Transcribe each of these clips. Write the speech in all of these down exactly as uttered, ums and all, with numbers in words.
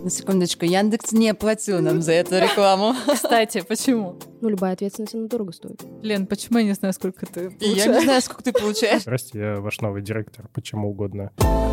На секундочку, Яндекс не оплатил нам за эту рекламу. Кстати, почему? Ну, любая ответственность, она дорого стоит. Лен, почему я не знаю, сколько ты получаешь? Я не знаю, сколько ты получаешь. Здрасте, я ваш новый директор, почему угодно.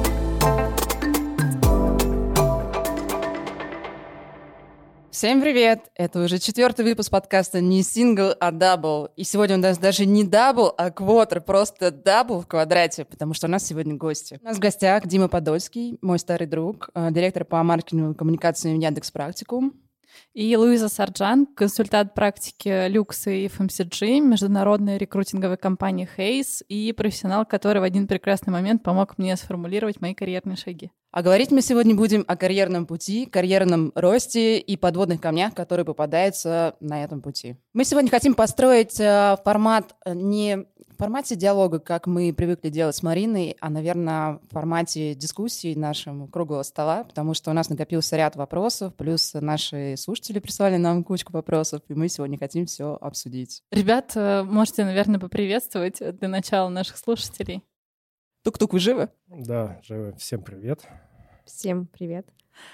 Всем привет! Это уже четвертый выпуск подкаста не сингл, а дабл. И сегодня у нас даже не дабл, а квотер, просто дабл в квадрате, потому что у нас сегодня гости. У нас в гостях Дима Подольский, мой старый друг, директор по маркетингу и коммуникациям Яндекс.Практикум. И Луиза Сарджан, консультант практики Люкс и эф эм си джи, международной рекрутинговой компании Хейс и профессионал, который в один прекрасный момент помог мне сформулировать мои карьерные шаги. А говорить мы сегодня будем о карьерном пути, карьерном росте и подводных камнях, которые попадаются на этом пути. Мы сегодня хотим построить формат не в формате диалога, как мы привыкли делать с Мариной, а, наверное, в формате дискуссии нашего круглого стола, потому что у нас накопился ряд вопросов, плюс наши слушатели прислали нам кучку вопросов, и мы сегодня хотим все обсудить. Ребят, можете, наверное, поприветствовать для начала наших слушателей. Тук-тук, вы живы? Да, живы. Всем привет. Всем привет.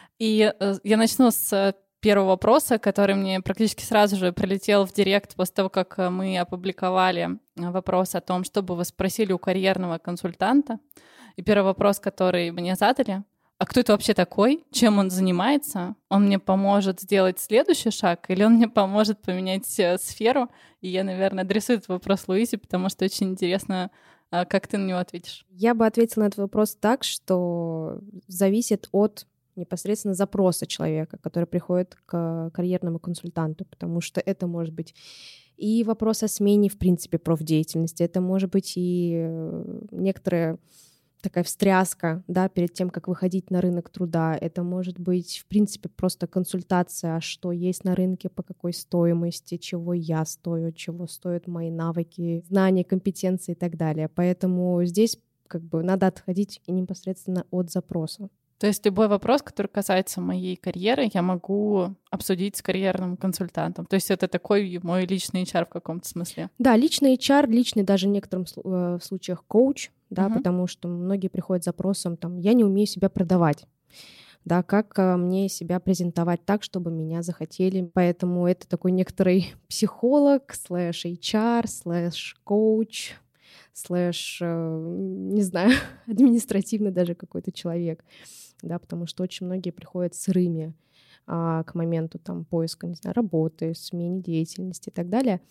И э, я начну с первого вопроса, который мне практически сразу же прилетел в директ после того, как мы опубликовали вопрос о том, что бы вы спросили у карьерного консультанта. И первый вопрос, который мне задали: а кто это вообще такой? Чем он занимается? Он мне поможет сделать следующий шаг или он мне поможет поменять сферу? И я, наверное, адресую этот вопрос Луизе, потому что очень интересно, как ты на него ответишь. Я бы ответила на этот вопрос так, что зависит от непосредственно запроса человека, который приходит к карьерному консультанту, потому что это может быть и вопрос о смене, в принципе, профдеятельности, это может быть и некоторая такая встряска, да, перед тем, как выходить на рынок труда. Это может быть, в принципе, просто консультация, что есть на рынке, по какой стоимости, чего я стою, чего стоят мои навыки, знания, компетенции и так далее. Поэтому здесь как бы надо отходить непосредственно от запроса. То есть любой вопрос, который касается моей карьеры, я могу обсудить с карьерным консультантом. То есть это такой мой личный эйч ар в каком-то смысле. Да, личный эйч ар, личный даже в некоторых случаях коуч, да, uh-huh. потому что многие приходят с запросом, там, я не умею себя продавать. Да, как мне себя презентовать так, чтобы меня захотели. Поэтому это такой некоторый психолог, слэш эйч ар, слэш коуч, слэш, не знаю, административный даже какой-то человек. Да, потому что очень многие приходят сырыми а, к моменту там, поиска, не знаю, работы, смены деятельности и так далее.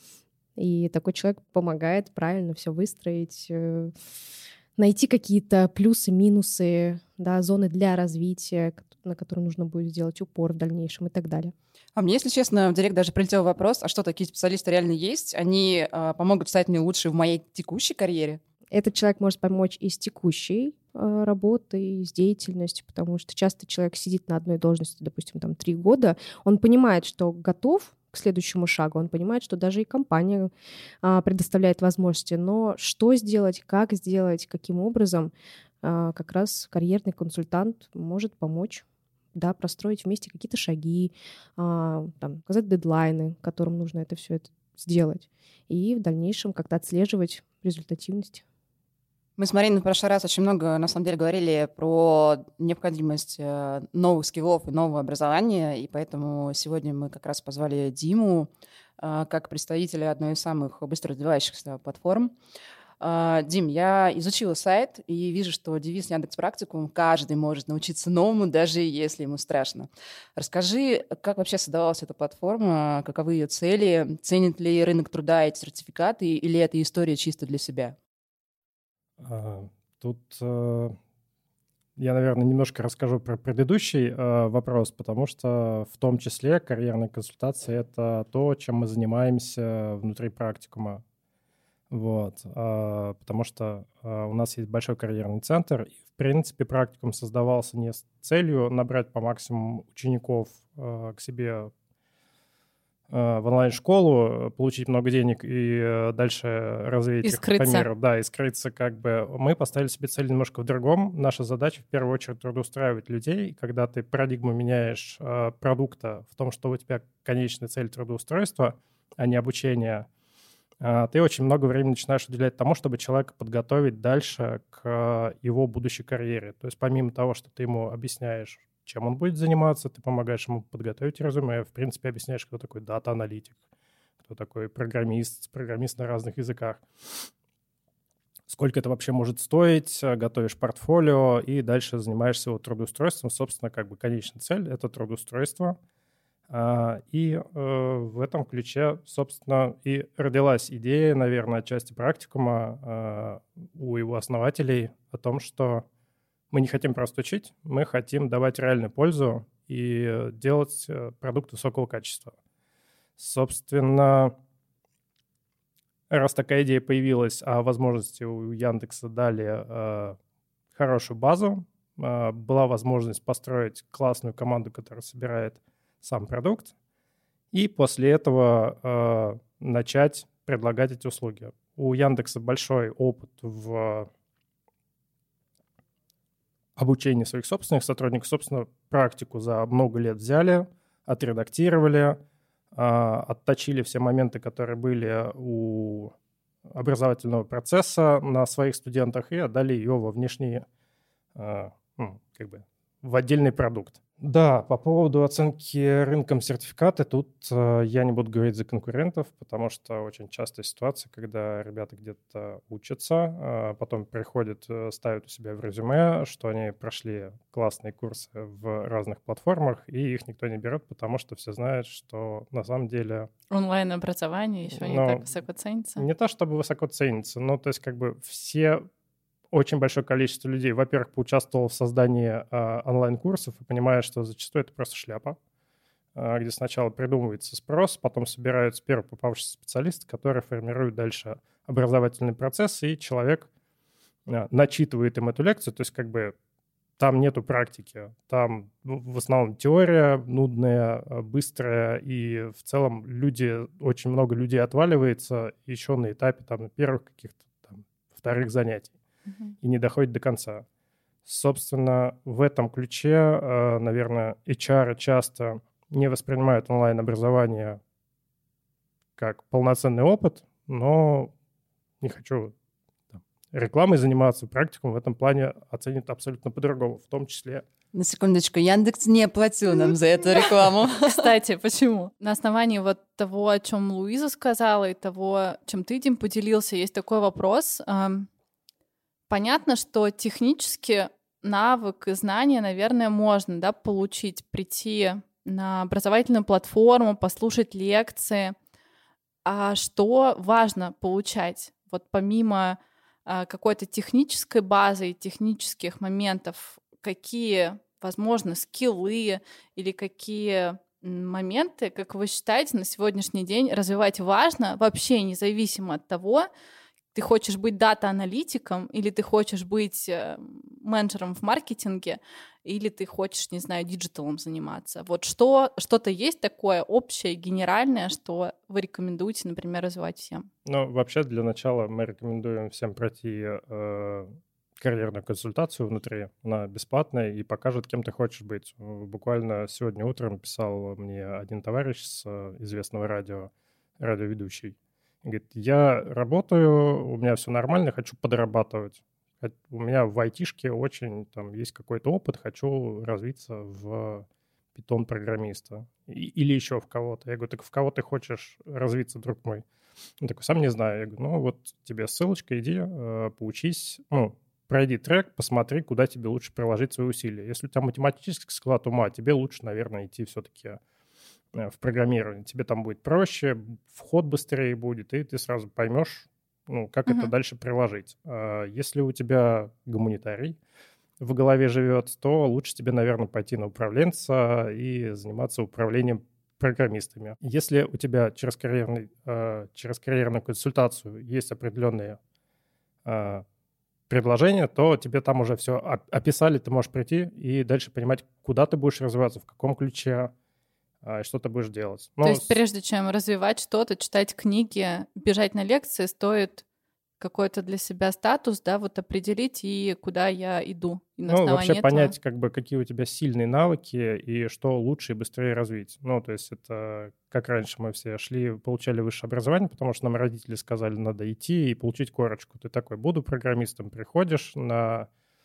И такой человек помогает правильно все выстроить, э, найти какие-то плюсы, минусы, да, зоны для развития, на которые нужно будет сделать упор в дальнейшем и так далее. А мне, если честно, в директ даже прилетел вопрос, а что, такие специалисты реально есть? Они э, помогут стать мне лучше в моей текущей карьере? Этот человек может помочь и с текущей э, работой, и с деятельностью, потому что часто человек сидит на одной должности, допустим, там три года, он понимает, что готов к следующему шагу, он понимает, что даже и компания э, предоставляет возможности, но что сделать, как сделать, каким образом, э, как раз карьерный консультант может помочь, да, простроить вместе какие-то шаги, э, там, указать дедлайны, которым нужно это все это сделать, и в дальнейшем как-то отслеживать результативность. Мы с Мариной в прошлый раз очень много, на самом деле, говорили про необходимость новых скиллов и нового образования, и поэтому сегодня мы как раз позвали Диму как представителя одной из самых быстро развивающихся платформ. Дим, я изучила сайт и вижу, что девиз Яндекс.Практикум: каждый может научиться новому, даже если ему страшно. Расскажи, как вообще создавалась эта платформа, каковы ее цели, ценит ли рынок труда эти сертификаты, или это история чисто для себя? Тут я, наверное, немножко расскажу про предыдущий вопрос, потому что в том числе карьерная консультация — это то, чем мы занимаемся внутри практикума. Вот. Потому что у нас есть большой карьерный центр, и, в принципе, практикум создавался не с целью набрать по максимуму учеников к себе в онлайн-школу, получить много денег и дальше развеять и их скрыться. по миру. Да, и скрыться как бы. Мы поставили себе цель немножко в другом. Наша задача в первую очередь трудоустраивать людей. Когда ты парадигму меняешь э, продукта в том, что у тебя конечная цель трудоустройства, а не обучение, э, ты очень много времени начинаешь уделять тому, чтобы человека подготовить дальше к его будущей карьере. То есть помимо того, что ты ему объясняешь, чем он будет заниматься, ты помогаешь ему подготовить резюме, в принципе, объясняешь, кто такой дата-аналитик, кто такой программист, программист на разных языках. Сколько это вообще может стоить, готовишь портфолио и дальше занимаешься его трудоустройством. Собственно, как бы конечная цель — это трудоустройство. И в этом ключе, собственно, и родилась идея, наверное, отчасти практикума у его основателей о том, что мы не хотим просто учить, мы хотим давать реальную пользу и делать продукт высокого качества. Собственно, раз такая идея появилась, а возможности у Яндекса дали хорошую базу, была возможность построить классную команду, которая собирает сам продукт, и после этого э, начать предлагать эти услуги. У Яндекса большой опыт в обучении своих собственных сотрудников. Собственно, практику за много лет взяли, отредактировали, э, отточили все моменты, которые были у образовательного процесса на своих студентах и отдали ее во внешний, э, ну, как бы, в отдельный продукт. Да, по поводу оценки рынком сертификата, тут э, я не буду говорить за конкурентов, потому что очень частая ситуация, когда ребята где-то учатся, а потом приходят, ставят у себя в резюме, что они прошли классные курсы в разных платформах, и их никто не берет, потому что все знают, что на самом деле... Онлайн-образование еще не так высоко ценится. Не то чтобы высоко ценится, но то есть как бы все... Очень большое количество людей, во-первых, поучаствовало в создании э, онлайн-курсов и понимая, что зачастую это просто шляпа, э, где сначала придумывается спрос, потом собираются первые попавшиеся специалисты, которые формируют дальше образовательный процесс, и человек э, начитывает им эту лекцию, то есть как бы там нету практики, там в основном теория нудная, быстрая, и в целом люди, очень много людей отваливается еще на этапе там первых каких-то там вторых занятий. И не доходит до конца. Собственно, в этом ключе, наверное, эйч ар часто не воспринимают онлайн-образование как полноценный опыт, но не хочу там рекламой заниматься, практикум в этом плане оценит абсолютно по-другому, в том числе... На секундочку, Яндекс не платил нам за эту рекламу. Кстати, почему? На основании вот того, о чем Луиза сказала, и того, чем ты, Дим, поделился, есть такой вопрос... Понятно, что технически навык и знания, наверное, можно, да, получить, прийти на образовательную платформу, послушать лекции. А что важно получать? Вот помимо а, какой-то технической базы и технических моментов, какие, возможно, скиллы или какие моменты, как вы считаете, на сегодняшний день развивать важно, вообще независимо от того, ты хочешь быть дата-аналитиком, или ты хочешь быть менеджером в маркетинге, или ты хочешь, не знаю, диджиталом заниматься. Вот что, что-то есть такое общее, генеральное, что вы рекомендуете, например, развивать всем? Ну, вообще, для начала мы рекомендуем всем пройти э, карьерную консультацию внутри. Она бесплатная и покажет, кем ты хочешь быть. Буквально сегодня утром писал мне один товарищ с известного радио, радиоведущий. Говорит, я работаю, у меня все нормально, хочу подрабатывать. У меня в айтишке очень там есть какой-то опыт, хочу развиться в питон-программиста или еще в кого-то. Я говорю, так в кого ты хочешь развиться, друг мой? Он такой, сам не знаю. Я говорю, ну вот тебе ссылочка, иди, поучись, ну, пройди трек, посмотри, куда тебе лучше приложить свои усилия. Если у тебя математический склад ума, тебе лучше, наверное, идти все-таки в программировании. Тебе там будет проще, вход быстрее будет, и ты сразу поймешь, ну, как uh-huh. это дальше приложить. А если у тебя гуманитарий в голове живет, то лучше тебе, наверное, пойти на управленца и заниматься управлением программистами. Если у тебя через, карьерный, через карьерную консультацию есть определенные предложения, то тебе там уже все описали, ты можешь прийти и дальше понимать, куда ты будешь развиваться, в каком ключе, и что ты будешь делать. Но... То есть прежде чем развивать что-то, читать книги, бежать на лекции, стоит какой-то для себя статус, да, вот определить, и куда я иду. И на ну, вообще этого... понять, как бы, какие у тебя сильные навыки и что лучше и быстрее развить. Ну, то есть это как раньше мы все шли, получали высшее образование, потому что нам родители сказали, надо идти и получить корочку. Ты такой, буду программистом, приходишь на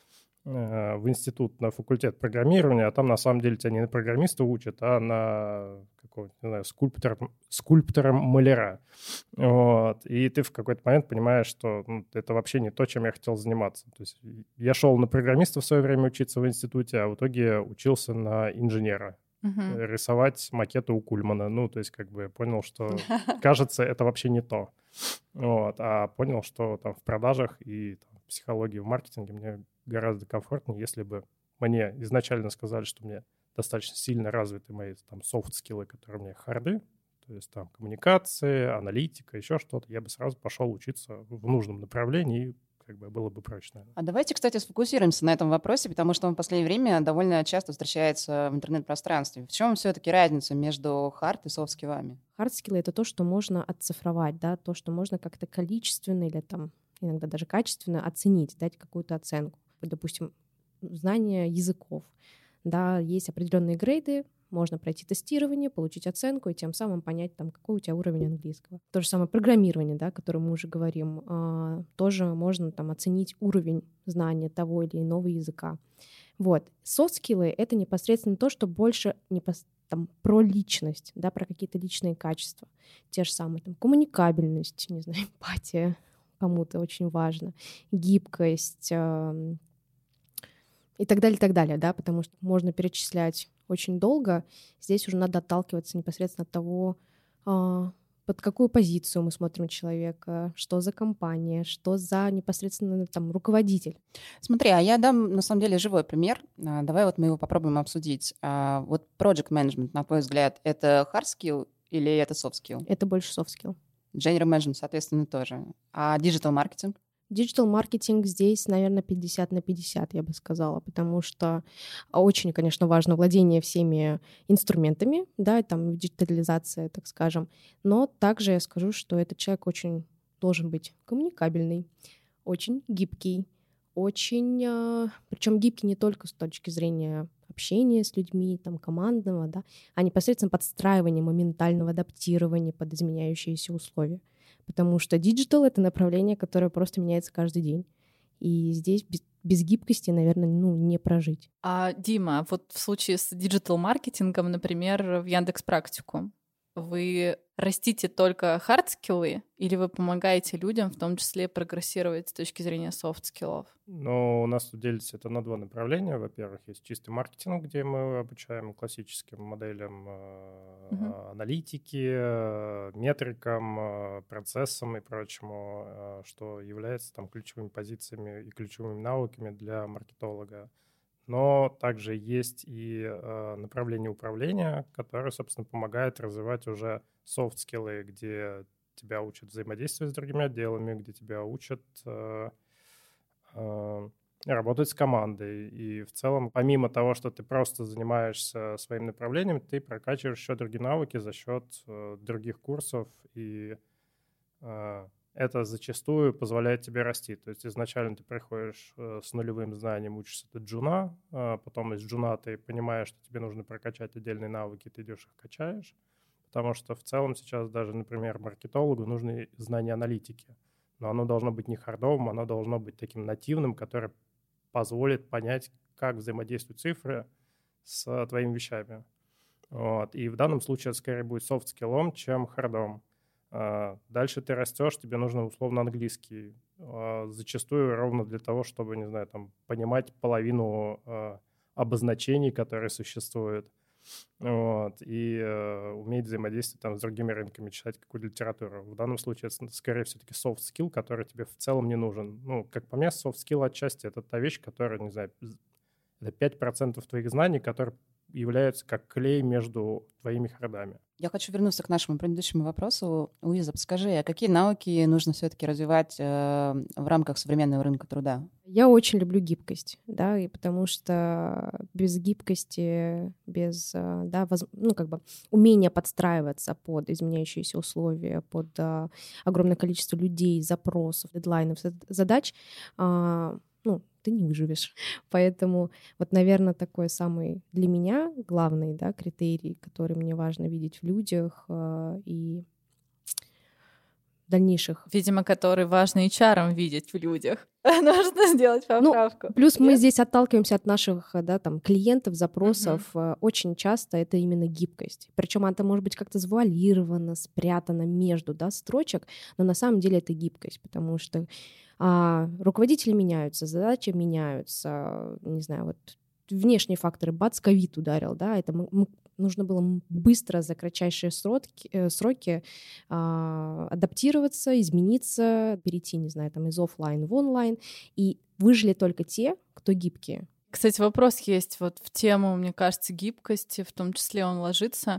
в институт на факультет программирования, а там на самом деле тебя не на программиста учат, а на какого-то, не знаю, скульптора, скульптора-маляра. Вот. И ты в какой-то момент понимаешь, что ну, это вообще не то, чем я хотел заниматься. То есть я шел на программиста в свое время учиться в институте, а в итоге учился на инженера. Uh-huh. Рисовать макеты у Кульмана. Ну, то есть как бы я понял, что, кажется, это вообще не то. Вот. А понял, что там в продажах и там, в психологии, в маркетинге мне гораздо комфортнее, если бы мне изначально сказали, что мне достаточно сильно развиты мои там софт-скиллы, которые у меня харды, то есть там коммуникации, аналитика, еще что-то, я бы сразу пошел учиться в нужном направлении, и как бы было бы проще, наверное. А давайте, кстати, сфокусируемся на этом вопросе, потому что он в последнее время довольно часто встречается в интернет-пространстве. В чем все-таки разница между хард и софт-скиллами? Хард-скиллы — это то, что можно отцифровать, да, то, что можно как-то количественно или там иногда даже качественно оценить, дать какую-то оценку. Допустим, знание языков. Да, есть определенные грейды, можно пройти тестирование, получить оценку и тем самым понять, там, какой у тебя уровень английского. То же самое программирование, да, о котором мы уже говорим, э, тоже можно там, оценить уровень знания того или иного языка. Вот. Софт-скиллы — это непосредственно то, что больше непос... там, про личность, да, про какие-то личные качества. Те же самые там, коммуникабельность, не знаю, эмпатия, кому-то очень важно, гибкость, э, и так далее, и так далее, да, потому что можно перечислять очень долго. Здесь уже надо отталкиваться непосредственно от того, под какую позицию мы смотрим человека, что за компания, что за непосредственно там руководитель. Смотри, а я дам на самом деле живой пример. Давай вот мы его попробуем обсудить. Вот project management, на твой взгляд, это hard skill или это soft skill? Это больше soft skill. General management, соответственно, тоже. А digital маркетинг? Диджитал-маркетинг здесь, наверное, пятьдесят на пятьдесят, я бы сказала, потому что очень, конечно, важно владение всеми инструментами, да, там диджитализация, так скажем, но также я скажу, что этот человек очень должен быть коммуникабельный, очень гибкий, очень, причем гибкий не только с точки зрения общения с людьми, там, командного, да, а непосредственно подстраивания, моментального адаптирования под изменяющиеся условия. Потому что диджитал — это направление, которое просто меняется каждый день. И здесь без, без гибкости, наверное, ну, не прожить. А, Дима, вот в случае с диджитал-маркетингом, например, в Яндекс.Практику, вы растите только хард-скиллы или вы помогаете людям, в том числе, прогрессировать с точки зрения софт-скиллов? Ну, у нас тут делится это на два направления. Во-первых, есть чистый маркетинг, где мы обучаем классическим моделям э, uh-huh. аналитики, э, метрикам, э, процессам и прочему, э, что является там ключевыми позициями и ключевыми навыками для маркетолога. Но также есть и э, направление управления, которое, собственно, помогает развивать уже софт-скиллы, где тебя учат взаимодействовать с другими отделами, где тебя учат э, э, работать с командой. И в целом, помимо того, что ты просто занимаешься своим направлением, ты прокачиваешь еще другие навыки за счет э, других курсов, и э, это зачастую позволяет тебе расти. То есть изначально ты приходишь э, с нулевым знанием, учишься ты джуна, э, потом из джуна ты понимаешь, что тебе нужно прокачать отдельные навыки, ты идешь их качаешь, потому что в целом сейчас даже, например, маркетологу нужны знания аналитики, но оно должно быть не хардовым, оно должно быть таким нативным, которое позволит понять, как взаимодействуют цифры с твоими вещами. Вот. И в данном случае это скорее будет софт-скиллом, чем хардом. Дальше ты растешь, тебе нужно условно английский. Зачастую ровно для того, чтобы, не знаю, там, понимать половину обозначений, которые существуют. Вот, и уметь взаимодействовать там, с другими рынками, читать какую-то литературу. В данном случае это скорее все-таки soft skill, который тебе в целом не нужен. Ну, как по мне, soft skill отчасти это та вещь, которая, не знаю, это пять процентов твоих знаний, которые являются как клей между твоими хардами. Я хочу вернуться к нашему предыдущему вопросу. Луиза, подскажи, а какие навыки нужно все-таки развивать э, в рамках современного рынка труда? Я очень люблю гибкость, да, и потому что без гибкости, без, да, воз, ну, как бы умения подстраиваться под изменяющиеся условия, под а, огромное количество людей, запросов, дедлайнов, задач, а, ну, ты не выживешь. Поэтому вот, наверное, такой самый для меня главный, да, критерий, который мне важно видеть в людях, э, и дальнейших. Видимо, который важно эйч ар видеть в людях. Нужно сделать поправку. Ну, плюс Нет? мы здесь отталкиваемся от наших, да, там, клиентов, запросов. Uh-huh. Очень часто это именно гибкость. Причем она может быть как-то завуалирована, спрятана между, да, строчек, но на самом деле это гибкость, потому что а, руководители меняются, задачи меняются, не знаю, вот внешние факторы, бац, ковид ударил, да, это мы, мы нужно было быстро, за кратчайшие сроки, э, сроки э, адаптироваться, измениться, перейти, не знаю, там, из офлайн в онлайн, и выжили только те, кто гибкие. Кстати, вопрос есть вот в тему, мне кажется, гибкости, в том числе он ложится.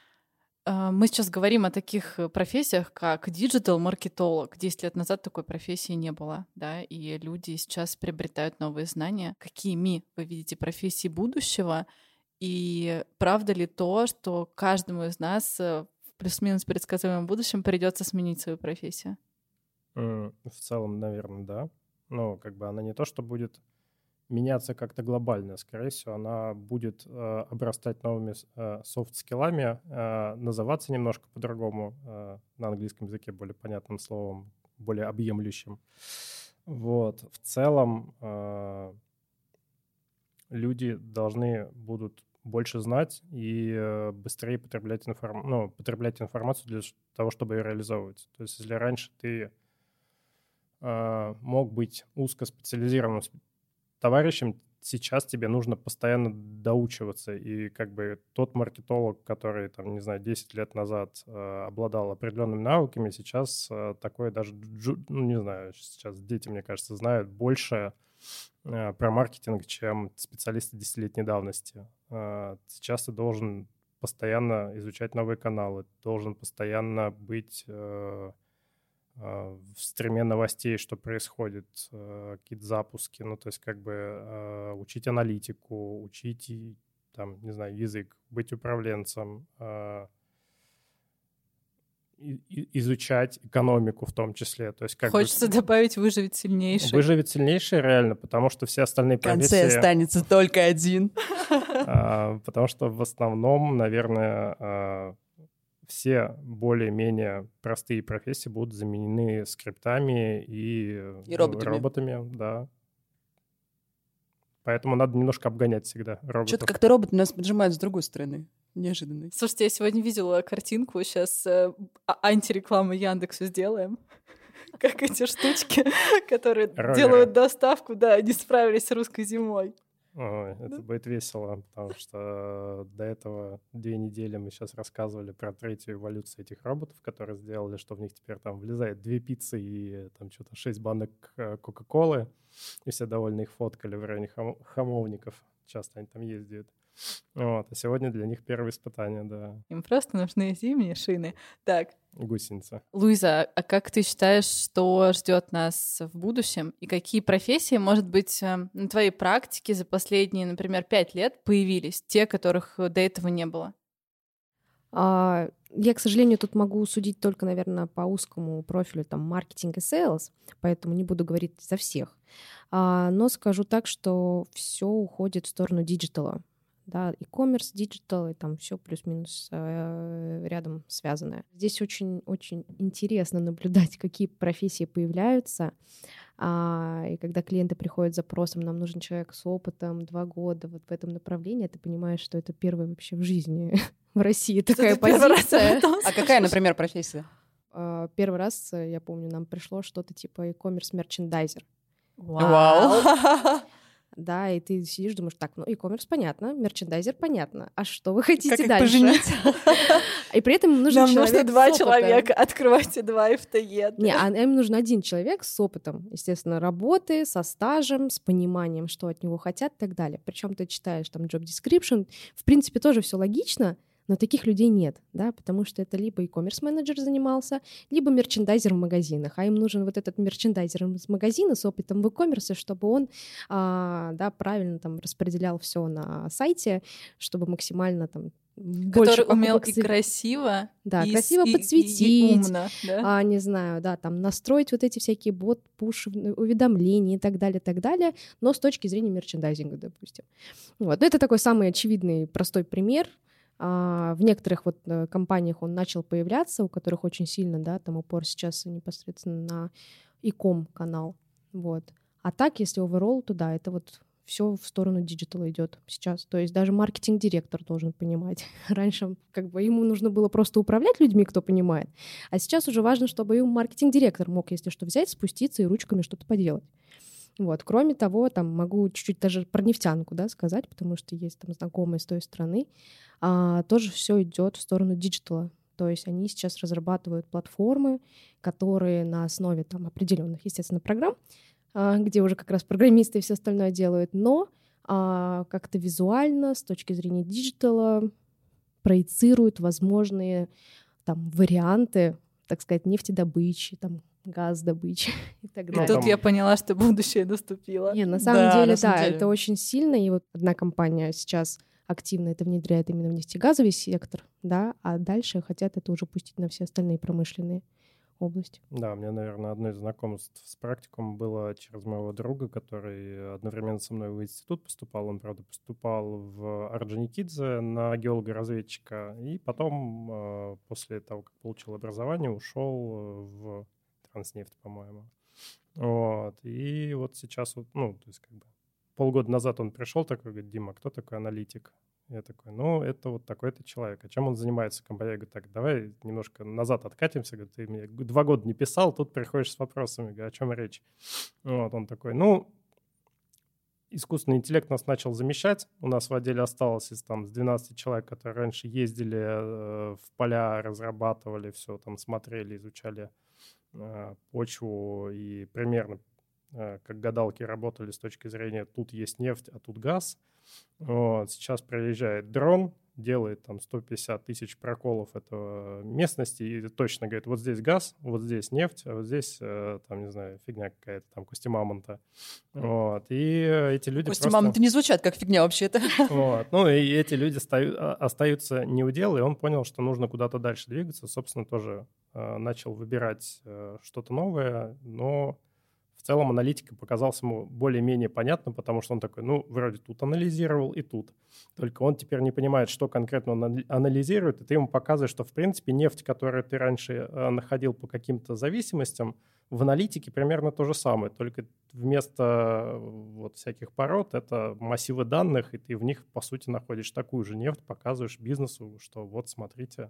Мы сейчас говорим о таких профессиях, как диджитал-маркетолог. Десять лет назад такой профессии не было, да, и люди сейчас приобретают новые знания. Какими вы видите профессии будущего? И правда ли то, что каждому из нас в плюс-минус предсказуемом будущем придется сменить свою профессию? В целом, наверное, да. Но как бы она не то, что будет меняться как-то глобально. Скорее всего, она будет э, обрастать новыми э, софт-скиллами, э, называться немножко по-другому, э, на английском языке более понятным словом, более объемлющим. Вот. В целом э, люди должны будут больше знать и э, быстрее потреблять, информ... ну, потреблять информацию для того, чтобы ее реализовывать. То есть если раньше ты э, мог быть узкоспециализированным товарищем, сейчас тебе нужно постоянно доучиваться. И как бы тот маркетолог, который, там, не знаю, десять лет назад э, обладал определенными навыками, сейчас э, такое даже, джу, ну, не знаю, сейчас дети, мне кажется, знают больше э, про маркетинг, чем специалисты десятилетней давности. Э, сейчас ты должен постоянно изучать новые каналы, должен постоянно быть... Э, в стриме новостей, что происходит, какие-то запуски, ну, то есть как бы учить аналитику, учить, там, не знаю, язык, быть управленцем, изучать экономику в том числе. То есть как Хочется бы... добавить «выживет сильнейший». Выживет сильнейший реально, потому что все остальные профессии... В конце останется только один. Потому что в основном, наверное... все более-менее простые профессии будут заменены скриптами и, и роботами. Ну, роботами, да. Поэтому надо немножко обгонять всегда роботов. Что-то как-то роботы нас поджимают с другой стороны. Неожиданно. Слушайте, я сегодня видела картинку, сейчас э, антирекламу Яндексу сделаем. Как эти штучки, которые делают доставку, да, они справились с русской зимой. Ой, это будет весело, потому что до этого две недели мы сейчас рассказывали про третью эволюцию этих роботов, которые сделали, что в них теперь там влезает две пиццы и там что-то шесть банок Кока-Колы, и все довольно их фоткали в районе хам- хамовников. Часто они там ездят. Вот, а сегодня для них первое испытание, да. Им просто нужны зимние шины. Так. Гусеница. Луиза, а как ты считаешь, что ждет нас в будущем? И какие профессии, может быть, на твоей практике за последние, например, пять лет появились, те, которых до этого не было? А, я, к сожалению, тут могу судить только, наверное, по узкому профилю там маркетинг и сейлс, поэтому не буду говорить за всех. А, но скажу так, что все уходит в сторону диджитала. Да, e-commerce, диджитал, и там все плюс-минус э, рядом связанное. Здесь очень-очень интересно наблюдать, какие профессии появляются. А, и когда клиенты приходят с запросом, нам нужен человек с опытом, два года вот в этом направлении, ты понимаешь, что это первая вообще в жизни в России такая позиция. А какая, например, профессия? А, первый раз, я помню, нам пришло что-то типа e-commerce мерчендайзер. Вау! Да, и ты сидишь, думаешь, так, ну, e-commerce понятно, мерчендайзер понятно, а что вы хотите как дальше? И при этом им нужен Нам человек нужно два с человека, открывайте два эф тэ е. Не, а им нужен один человек с опытом, естественно, работы, со стажем, с пониманием, что от него хотят и так далее. Причем ты читаешь там job description, в принципе, тоже все логично, но таких людей нет, да, потому что это либо e-commerce менеджер занимался, либо мерчендайзер в магазинах, а им нужен вот этот мерчендайзер из магазина с опытом в e-commerce, чтобы он, а, да, правильно там распределял все на сайте, чтобы максимально там который умел и красиво, да, и красиво и, подсветить, и, и умно, да? а, не знаю, да, там настроить вот эти всякие бот, пуш, уведомления и так далее, так далее, но с точки зрения мерчендайзинга, допустим. Вот, но это такой самый очевидный, простой пример. А в некоторых вот компаниях он начал появляться, у которых очень сильно, да, там упор сейчас непосредственно на e-com канал, вот. А так, если overall, то да, это вот все в сторону диджитала идет сейчас. То есть даже маркетинг-директор должен понимать. Раньше как бы ему нужно было просто управлять людьми, кто понимает. А сейчас уже важно, чтобы и маркетинг-директор мог, если что, взять, спуститься и ручками что-то поделать. Вот. Кроме того, там могу чуть-чуть даже про нефтянку, да, сказать, потому что есть там знакомые с той стороны. А, тоже все идет в сторону диджитала. То есть они сейчас разрабатывают платформы, которые на основе там определенных, естественно, программ, где уже как раз программисты и все остальное делают, но а, как-то визуально, с точки зрения диджитала, проецируют возможные там варианты, так сказать, нефтедобычи, там, газдобычи и так далее. И тут я поняла, что будущее наступило. Не, на самом да, деле, на самом да, деле. это очень сильно, и вот одна компания сейчас активно это внедряет именно в нефтегазовый сектор, да, а дальше хотят это уже пустить на все остальные промышленные области. Да, у меня, наверное, одно из знакомств с практикумом было через моего друга, который одновременно со мной в институт поступал. Он, правда, поступал в Орджоникидзе на геолога-разведчика. И потом, после того, как получил образование, ушел в Транснефть, по-моему. Вот. И вот сейчас, вот, ну, то есть как бы полгода назад он пришел такой, говорит: Дима, кто такой аналитик? Я такой: ну, это вот такой-то человек. А чем он занимается? Компания? Я говорю: так, давай немножко назад откатимся. Говорит: ты мне два года не писал, тут приходишь с вопросами. Я говорю: о чем речь? Вот он такой: ну, искусственный интеллект нас начал замещать. У нас в отделе осталось из там, с двенадцати человек, которые раньше ездили э, в поля, разрабатывали все, там смотрели, изучали э, почву и примерно э, как гадалки работали с точки зрения: тут есть нефть, а тут газ. Вот. Сейчас приезжает дрон, делает там сто пятьдесят тысяч проколов этого местности и точно говорит: вот здесь газ, вот здесь нефть, а вот здесь, э, там, не знаю, фигня какая-то, там, кости мамонта. Вот. И эти люди Кости просто... мамонта не звучат как фигня вообще-то. Вот. Ну и эти люди стою, остаются не у дела, и он понял, что нужно куда-то дальше двигаться. Собственно, тоже э, начал выбирать э, что-то новое, но в целом аналитика показалась ему более-менее понятным, потому что он такой: ну, вроде тут анализировал и тут. Только он теперь не понимает, что конкретно он анализирует, и ты ему показываешь, что, в принципе, нефть, которую ты раньше находил по каким-то зависимостям, в аналитике примерно то же самое, только вместо вот всяких пород это массивы данных, и ты в них, по сути, находишь такую же нефть, показываешь бизнесу, что вот, смотрите,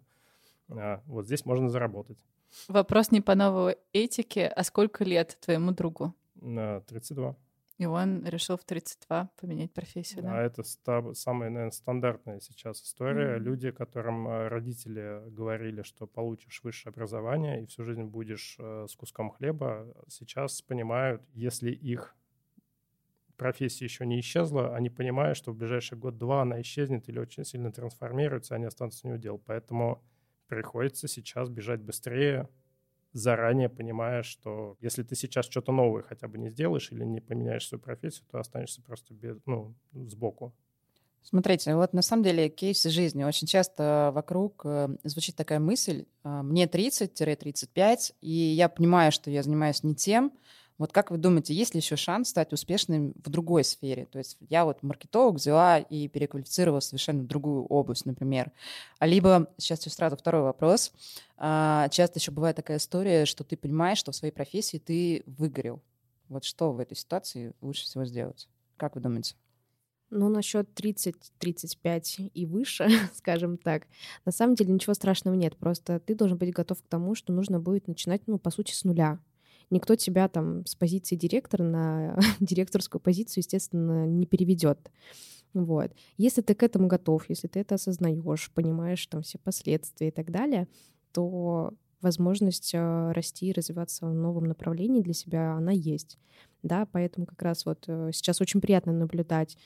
вот здесь можно заработать. Вопрос не по новой этике, а сколько лет твоему другу? тридцать два. И он решил в тридцать два поменять профессию, да? А это ста- самая, наверное, стандартная сейчас история. Mm-hmm. Люди, которым родители говорили, что получишь высшее образование и всю жизнь будешь э, с куском хлеба, сейчас понимают, если их профессия еще не исчезла, они понимают, что в ближайший год-два она исчезнет или очень сильно трансформируется, они останутся неудел. Поэтому приходится сейчас бежать быстрее, заранее понимая, что если ты сейчас что-то новое хотя бы не сделаешь или не поменяешь свою профессию, то останешься просто без, ну, сбоку. Смотрите, вот на самом деле кейсы жизни. Очень часто вокруг э, звучит такая мысль: э, мне тридцать-тридцать пять, и я понимаю, что я занимаюсь не тем. Вот как вы думаете, есть ли еще шанс стать успешным в другой сфере? То есть я вот маркетолог взяла и переквалифицировала совершенно в другую область, например. А либо, сейчас сразу второй вопрос. А, часто еще бывает такая история, что ты понимаешь, что в своей профессии ты выгорел. Вот что в этой ситуации лучше всего сделать? Как вы думаете? Ну, насчет тридцать-тридцать пять и выше, скажем так, на самом деле ничего страшного нет. Просто ты должен быть готов к тому, что нужно будет начинать, ну, по сути, с нуля. Никто тебя там с позиции директора на директорскую позицию, естественно, не переведет. Вот. Если ты к этому готов, если ты это осознаешь, понимаешь там все последствия и так далее, то возможность расти и развиваться в новом направлении для себя, она есть. Да, поэтому как раз вот сейчас очень приятно наблюдать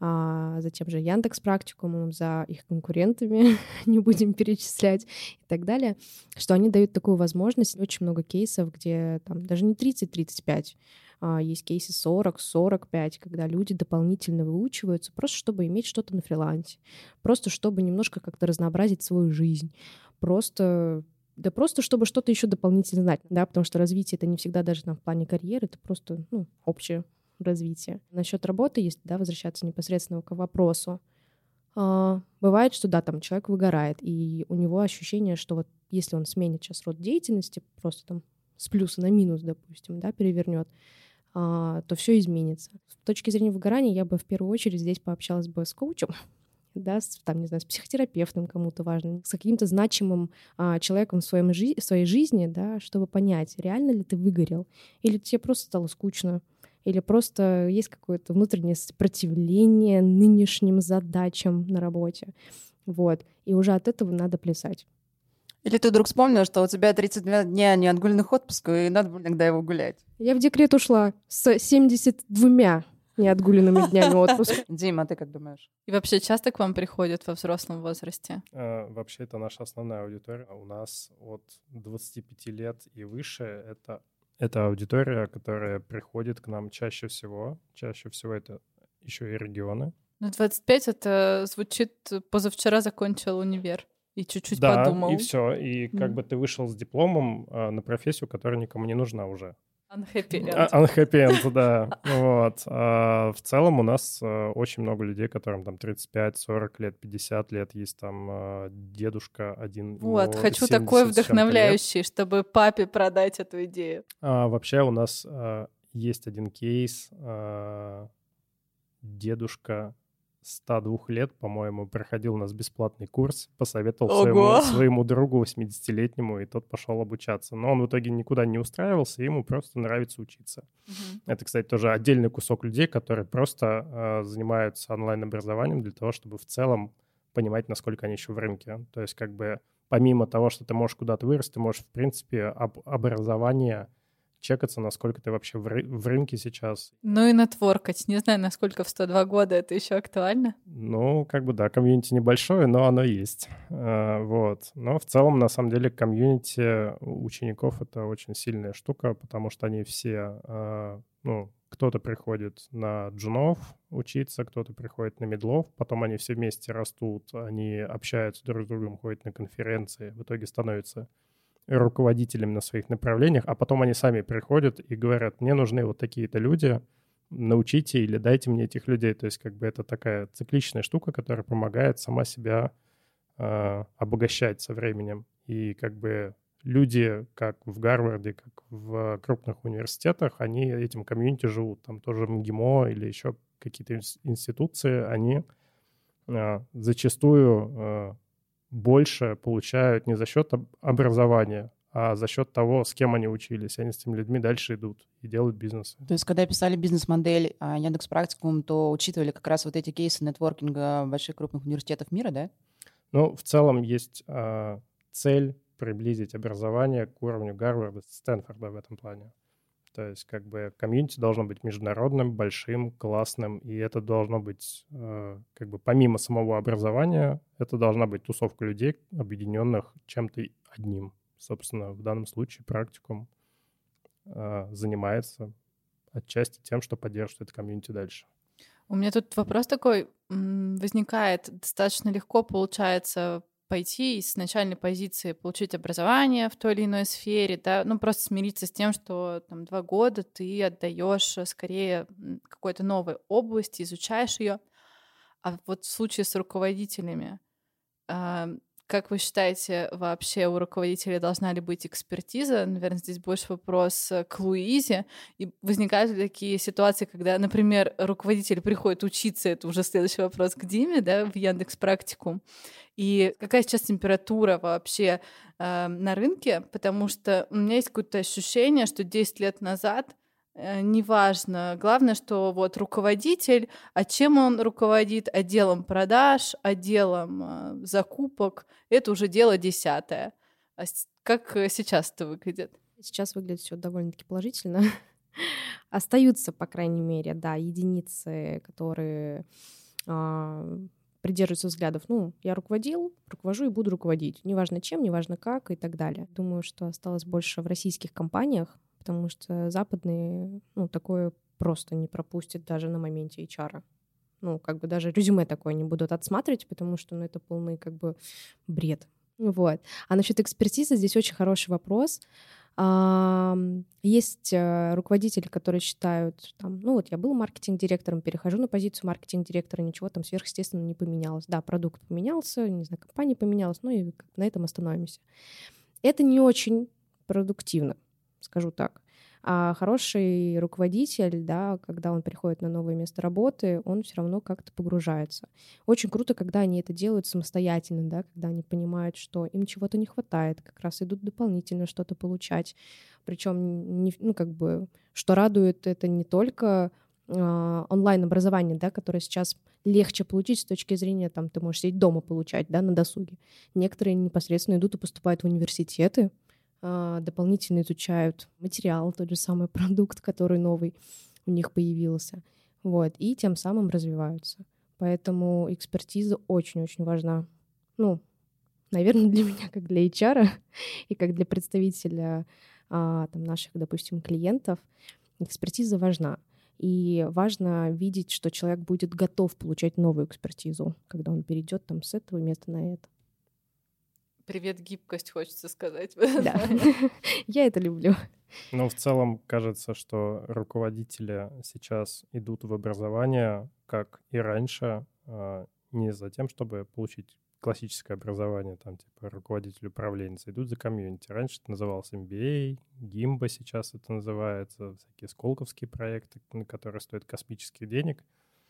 а, за тем же Яндекс.Практикумом, за их конкурентами, не будем перечислять и так далее, что они дают такую возможность. Очень много кейсов, где там даже не тридцать-тридцать пять, а, есть кейсы сорок-сорок пять, когда люди дополнительно выучиваются, просто чтобы иметь что-то на фрилансе, просто чтобы немножко как-то разнообразить свою жизнь, просто... Да просто, чтобы что-то еще дополнительно знать, да, потому что развитие — это не всегда даже там в плане карьеры, это просто, ну, общее развитие. Насчет работы, если, да, возвращаться непосредственно к вопросу, А, бывает, что да, там человек выгорает, и у него ощущение, что вот если он сменит сейчас род деятельности, просто там с плюса на минус, допустим, да, перевернет, а, то все изменится. С точки зрения выгорания я бы в первую очередь здесь пообщалась бы с коучем, да, с, там, не знаю, с психотерапевтом, кому-то важным, с каким-то значимым а, человеком в, своем жи- в своей жизни, да, чтобы понять, реально ли ты выгорел, или тебе просто стало скучно, или просто есть какое-то внутреннее сопротивление нынешним задачам на работе. Вот. И уже от этого надо плясать. Или ты вдруг вспомнила, что у тебя тридцать два дня неотгуленных отпусков, и надо было иногда его гулять. Я в декрет ушла с семьдесят двумя неотгуленными днями отпуска. Дима, а ты как думаешь? И вообще часто к вам приходят во взрослом возрасте? Э, Вообще, это наша основная аудитория. У нас от двадцати пяти лет и выше это, это аудитория, которая приходит к нам чаще всего. Чаще всего это еще и регионы. Ну, двадцать пять это звучит позавчера закончил универ и чуть-чуть да, подумал. и все. И как Mm. бы ты вышел с дипломом э, на профессию, которая никому не нужна уже. Unhappy end. А- Unhappy end, да. Вот. А в целом у нас э, очень много людей, которым там тридцать пять, сорок лет, пятьдесят лет. Есть там э, дедушка один. Вот, ему хочу семьдесят такой с чем-то лет. вдохновляющий, чтобы папе продать эту идею. А, вообще у нас э, есть один кейс. э, Дедушка ста двух лет, по-моему, проходил у нас бесплатный курс, посоветовал своему, Ого! своему другу восьмидесятилетнему, и тот пошел обучаться. Но он в итоге никуда не устраивался, ему просто нравится учиться. Мгм. Это, кстати, тоже отдельный кусок людей, которые просто э, занимаются онлайн-образованием для того, чтобы в целом понимать, насколько они еще в рынке. То есть как бы помимо того, что ты можешь куда-то вырасти, ты можешь, в принципе, об образование чекаться, насколько ты вообще в, ры- в рынке сейчас. Ну и нетворкать. Не знаю, насколько в сто два года это еще актуально. Ну, как бы да, комьюнити небольшое, но оно есть. Э, Вот. Но в целом, на самом деле, комьюнити учеников — это очень сильная штука, потому что они все, э, ну, кто-то приходит на джунов учиться, кто-то приходит на мидлов, потом они все вместе растут, они общаются друг с другом, ходят на конференции, в итоге становятся руководителями на своих направлениях, а потом они сами приходят и говорят: мне нужны вот такие-то люди, научите или дайте мне этих людей. То есть как бы это такая цикличная штука, которая помогает сама себя э, обогащать со временем. И как бы люди, как в Гарварде, как в крупных университетах, они этим комьюнити живут. Там тоже МГИМО или еще какие-то инс- институции, они э, зачастую э, больше получают не за счет об- образования, а за счет того, с кем они учились. Они с этими людьми дальше идут и делают бизнес. То есть, когда писали бизнес-модель а, Яндекс.Практикум, то учитывали как раз вот эти кейсы нетворкинга больших крупных университетов мира, да? Ну, в целом есть э, цель приблизить образование к уровню Гарварда, Стэнфорда в этом плане. То есть как бы комьюнити должно быть международным, большим, классным, и это должно быть э, как бы помимо самого образования, это должна быть тусовка людей, объединенных чем-то одним. Собственно, в данном случае практикум э, занимается отчасти тем, что поддерживает это комьюнити дальше. У меня тут вопрос такой м, возникает. Достаточно легко получается пойти и с начальной позиции получить образование в той или иной сфере, да, ну просто смириться с тем, что там два года ты отдаешь скорее м, какой-то новой области, изучаешь ее. А вот в случае с руководителями, а, как вы считаете, вообще у руководителей должна ли быть экспертиза? Наверное, здесь больше вопрос э, к Луизе. И возникают ли такие ситуации, когда, например, руководитель приходит учиться, это уже следующий вопрос к Диме, да, в Яндекс.Практикум. И какая сейчас температура вообще э, на рынке? Потому что у меня есть какое-то ощущение, что десять лет назад э, неважно. Главное, что вот руководитель, а чем он руководит? Отделом продаж, отделом э, закупок. Это уже дело десятое. А с- как э, сейчас это выглядит? Сейчас выглядит все довольно-таки положительно. Остаются, по крайней мере, да, единицы, которые а, придерживаются взглядов. Ну, я руководил, руковожу и буду руководить. Неважно чем, неважно как и так далее. Думаю, что осталось больше в российских компаниях, потому что западные, ну, такое просто не пропустят даже на моменте эйч ар. Ну, как бы даже резюме такое не будут отсматривать, потому что, ну, это полный, как бы, бред. Вот. А насчет экспертизы здесь очень хороший вопрос. А, есть руководители, которые считают, там, ну вот я был маркетинг-директором, перехожу на позицию маркетинг-директора, ничего там сверхъестественно не поменялось. Да, продукт поменялся, не знаю, компания поменялась, ну и на этом остановимся. Это не очень продуктивно, скажу так. А хороший руководитель, да, когда он приходит на новое место работы, он все равно как-то погружается. Очень круто, когда они это делают самостоятельно, да, когда они понимают, что им чего-то не хватает, как раз идут дополнительно что-то получать. Причем, не, ну, как бы, что радует, это не только э, онлайн-образование, да, которое сейчас легче получить с точки зрения, там, ты можешь сидеть дома получать, да, на досуге. Некоторые непосредственно идут и поступают в университеты, дополнительно изучают материал, тот же самый продукт, который новый у них появился, вот, и тем самым развиваются. Поэтому экспертиза очень-очень важна. Ну, наверное, для меня, как для эйч ар и как для представителя а, там, наших, допустим, клиентов, экспертиза важна. И важно видеть, что человек будет готов получать новую экспертизу, когда он перейдет там, с этого места на это. Привет, гибкость, хочется сказать. Да, я это люблю. Ну, в целом, кажется, что руководители сейчас идут в образование, как и раньше, не за тем, чтобы получить классическое образование, там, типа, руководитель управленец, идут за комьюнити. Раньше это называлось эм би эй, гимба сейчас это называется, всякие сколковские проекты, на которые стоят космических денег.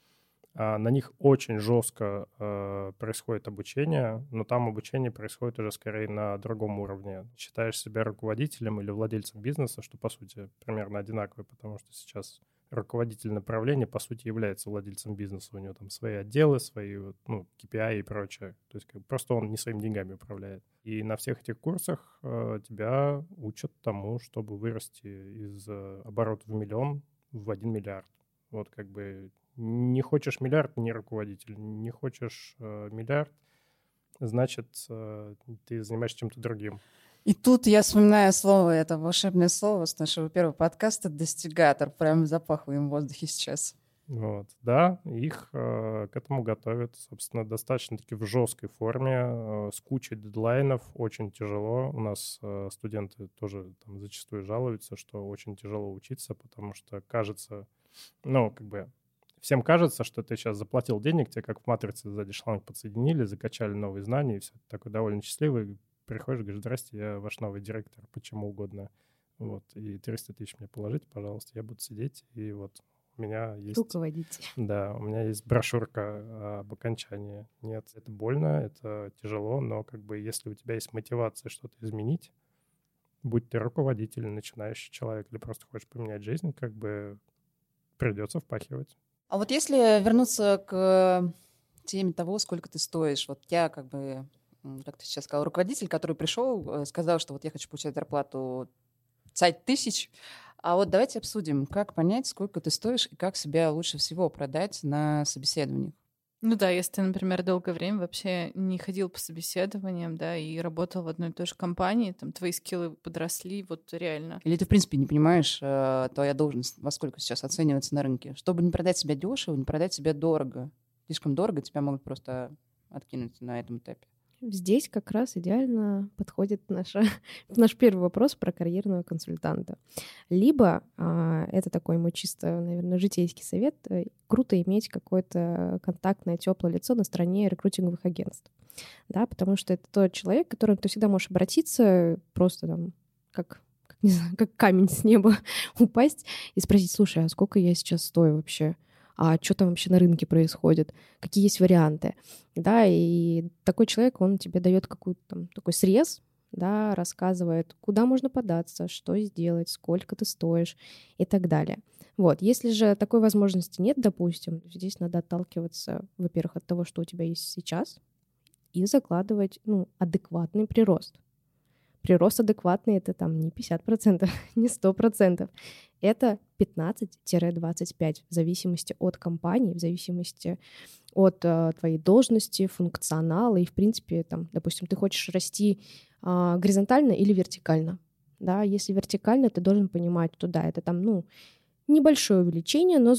А на них очень жестко э, происходит обучение, но там обучение происходит уже скорее на другом уровне. Считаешь себя руководителем или владельцем бизнеса, что, по сути, примерно одинаково, потому что сейчас руководитель направления, по сути, является владельцем бизнеса. У него там свои отделы, свои, ну, кей пи ай и прочее. То есть как, просто он не своими деньгами управляет. И на всех этих курсах э, тебя учат тому, чтобы вырасти из э, оборота в миллион в один миллиард. Вот как бы... Не хочешь миллиард — не руководитель. Не хочешь э, миллиард, значит, э, ты занимаешься чем-то другим. И тут я вспоминаю слово, это волшебное слово с нашего первого подкаста «достигатор». Прям запахло им в воздухе сейчас. Вот, да, их э, к этому готовят, собственно, достаточно-таки в жесткой форме, э, с кучей дедлайнов, очень тяжело. У нас э, студенты тоже там зачастую жалуются, что очень тяжело учиться, потому что кажется, ну, как бы... Всем кажется, что ты сейчас заплатил денег, тебе как в «Матрице» сзади шланг подсоединили, закачали новые знания, и все. Ты такой довольно счастливый, приходишь, говоришь: «Здрасте, я ваш новый директор, почему угодно. Вот, и триста тысяч мне положите, пожалуйста, я буду сидеть, и вот у меня есть...» Руководите. Да, у меня есть брошюрка об окончании. Нет, это больно, это тяжело, но как бы если у тебя есть мотивация что-то изменить, будь ты руководитель, начинающий человек или просто хочешь поменять жизнь, как бы придется впахивать. А вот если вернуться к теме того, сколько ты стоишь, вот я как бы, как ты сейчас сказал, руководитель, который пришел, сказал, что вот я хочу получать зарплату пять тысяч, а вот давайте обсудим, как понять, сколько ты стоишь и как себя лучше всего продать на собеседованиях. Ну да, если ты, например, долгое время вообще не ходил по собеседованиям, да, и работал в одной и той же компании, там твои скиллы подросли, вот реально. Или ты, в принципе, не понимаешь, твоя должность во сколько сейчас оценивается на рынке. Чтобы не продать себя дешево, не продать себя дорого. Слишком дорого тебя могут просто откинуть на этом этапе. Здесь как раз идеально подходит наша, наш первый вопрос про карьерного консультанта. Либо, а, это такой мой чисто, наверное, житейский совет, круто иметь какое-то контактное, теплое лицо на стороне рекрутинговых агентств. Да, потому что это тот человек, к которому ты всегда можешь обратиться, просто там, как, как, не знаю, как камень с неба упасть и спросить: слушай, а сколько я сейчас стою вообще? А что там вообще на рынке происходит, какие есть варианты, да, и такой человек, он тебе дает какой-то там такой срез, да, рассказывает, куда можно податься, что сделать, сколько ты стоишь и так далее. Вот, если же такой возможности нет, допустим, здесь надо отталкиваться, во-первых, от того, что у тебя есть сейчас, и закладывать, ну, адекватный прирост. Прирост адекватный — это там не пятьдесят процентов, не сто процентов. Это пятнадцать-двадцать пять в зависимости от компании, в зависимости от э, твоей должности, функционала. И, в принципе, там, допустим, ты хочешь расти э, горизонтально или вертикально. Да? Если вертикально, ты должен понимать, что да, это там, ну, небольшое увеличение, но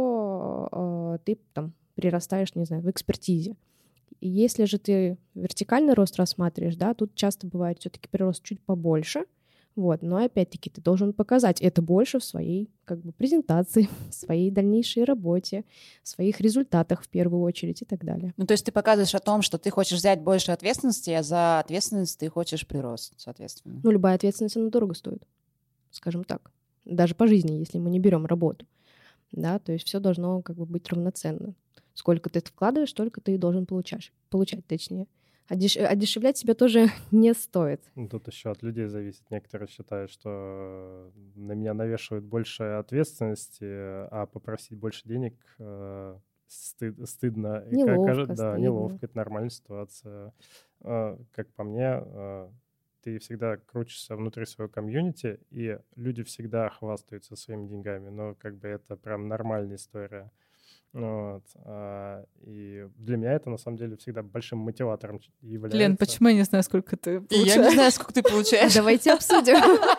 зато э, ты там прирастаешь, не знаю, в экспертизе. И если же ты вертикальный рост рассматриваешь, да, тут часто бывает все-таки прирост чуть побольше, Вот. Но опять-таки ты должен показать это больше в своей как бы, презентации, в своей дальнейшей работе, в своих результатах в первую очередь и так далее. Ну, то есть ты показываешь о том, что ты хочешь взять больше ответственности, а за ответственность ты хочешь прирост, соответственно. Ну, любая ответственность, она дорого стоит, скажем так. Даже по жизни, если мы не берем работу. Да, то есть все должно как бы быть равноценно. Сколько ты вкладываешь, столько ты и должен получать, получать точнее. Одеш... Одешевлять себя тоже не стоит. Тут еще от людей зависит. Некоторые считают, что на меня навешивают больше ответственности, а попросить больше денег э, стыд, стыдно. Неловко, И, да, стыдно. неловко, это нормальная ситуация. Э, как по мне, э, ты всегда крутишься внутри своего комьюнити, и люди всегда хвастаются своими деньгами, но как бы это прям нормальная история. Вот. А, и для меня это, на самом деле, всегда большим мотиватором является. Лен, почему я не знаю, сколько ты получаешь? Я не знаю, сколько ты получаешь. Давайте обсудим.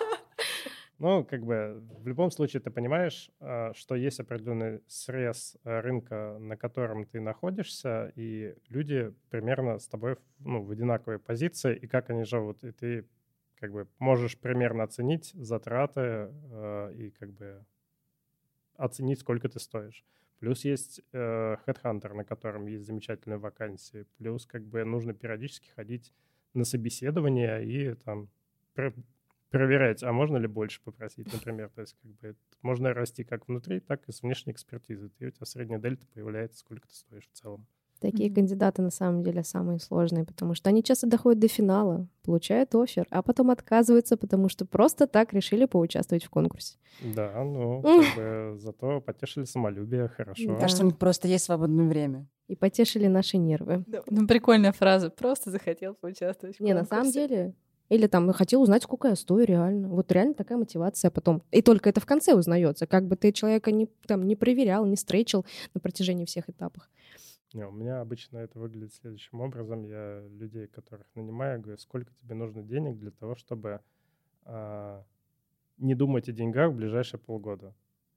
Ну, как бы, в любом случае ты понимаешь, что есть определенный срез рынка, на котором ты находишься, и люди примерно с тобой, ну, в одинаковой позиции, и как они живут. И ты как бы можешь примерно оценить затраты и как бы оценить, сколько ты стоишь. Плюс есть э, Headhunter, на котором есть замечательные вакансии. Плюс как бы нужно периодически ходить на собеседование и там про- проверять, а можно ли больше попросить, например. То есть как бы можно расти как внутри, так и с внешней экспертизы. И у тебя средняя дельта появляется, сколько ты стоишь в целом. Такие mm-hmm. кандидаты на самом деле самые сложные, потому что они часто доходят до финала, получают оффер, а потом отказываются, потому что просто так решили поучаствовать в конкурсе. Да, ну, как бы зато потешили самолюбие, хорошо. Да. Кажется, у них просто есть свободное время. И потешили наши нервы. Да. Ну, прикольная фраза. Просто захотел поучаствовать в конкурсе. Не, на самом деле... Или там, хотел узнать, сколько я стою реально. Вот реально такая мотивация потом. И только это в конце узнается. Как бы ты человека не, там, не проверял, не стрейчил на протяжении всех этапов. Не, у меня обычно это выглядит следующим образом. Я людей, которых нанимаю, говорю, сколько тебе нужно денег для того, чтобы а, не думать о деньгах в ближайшие полгода.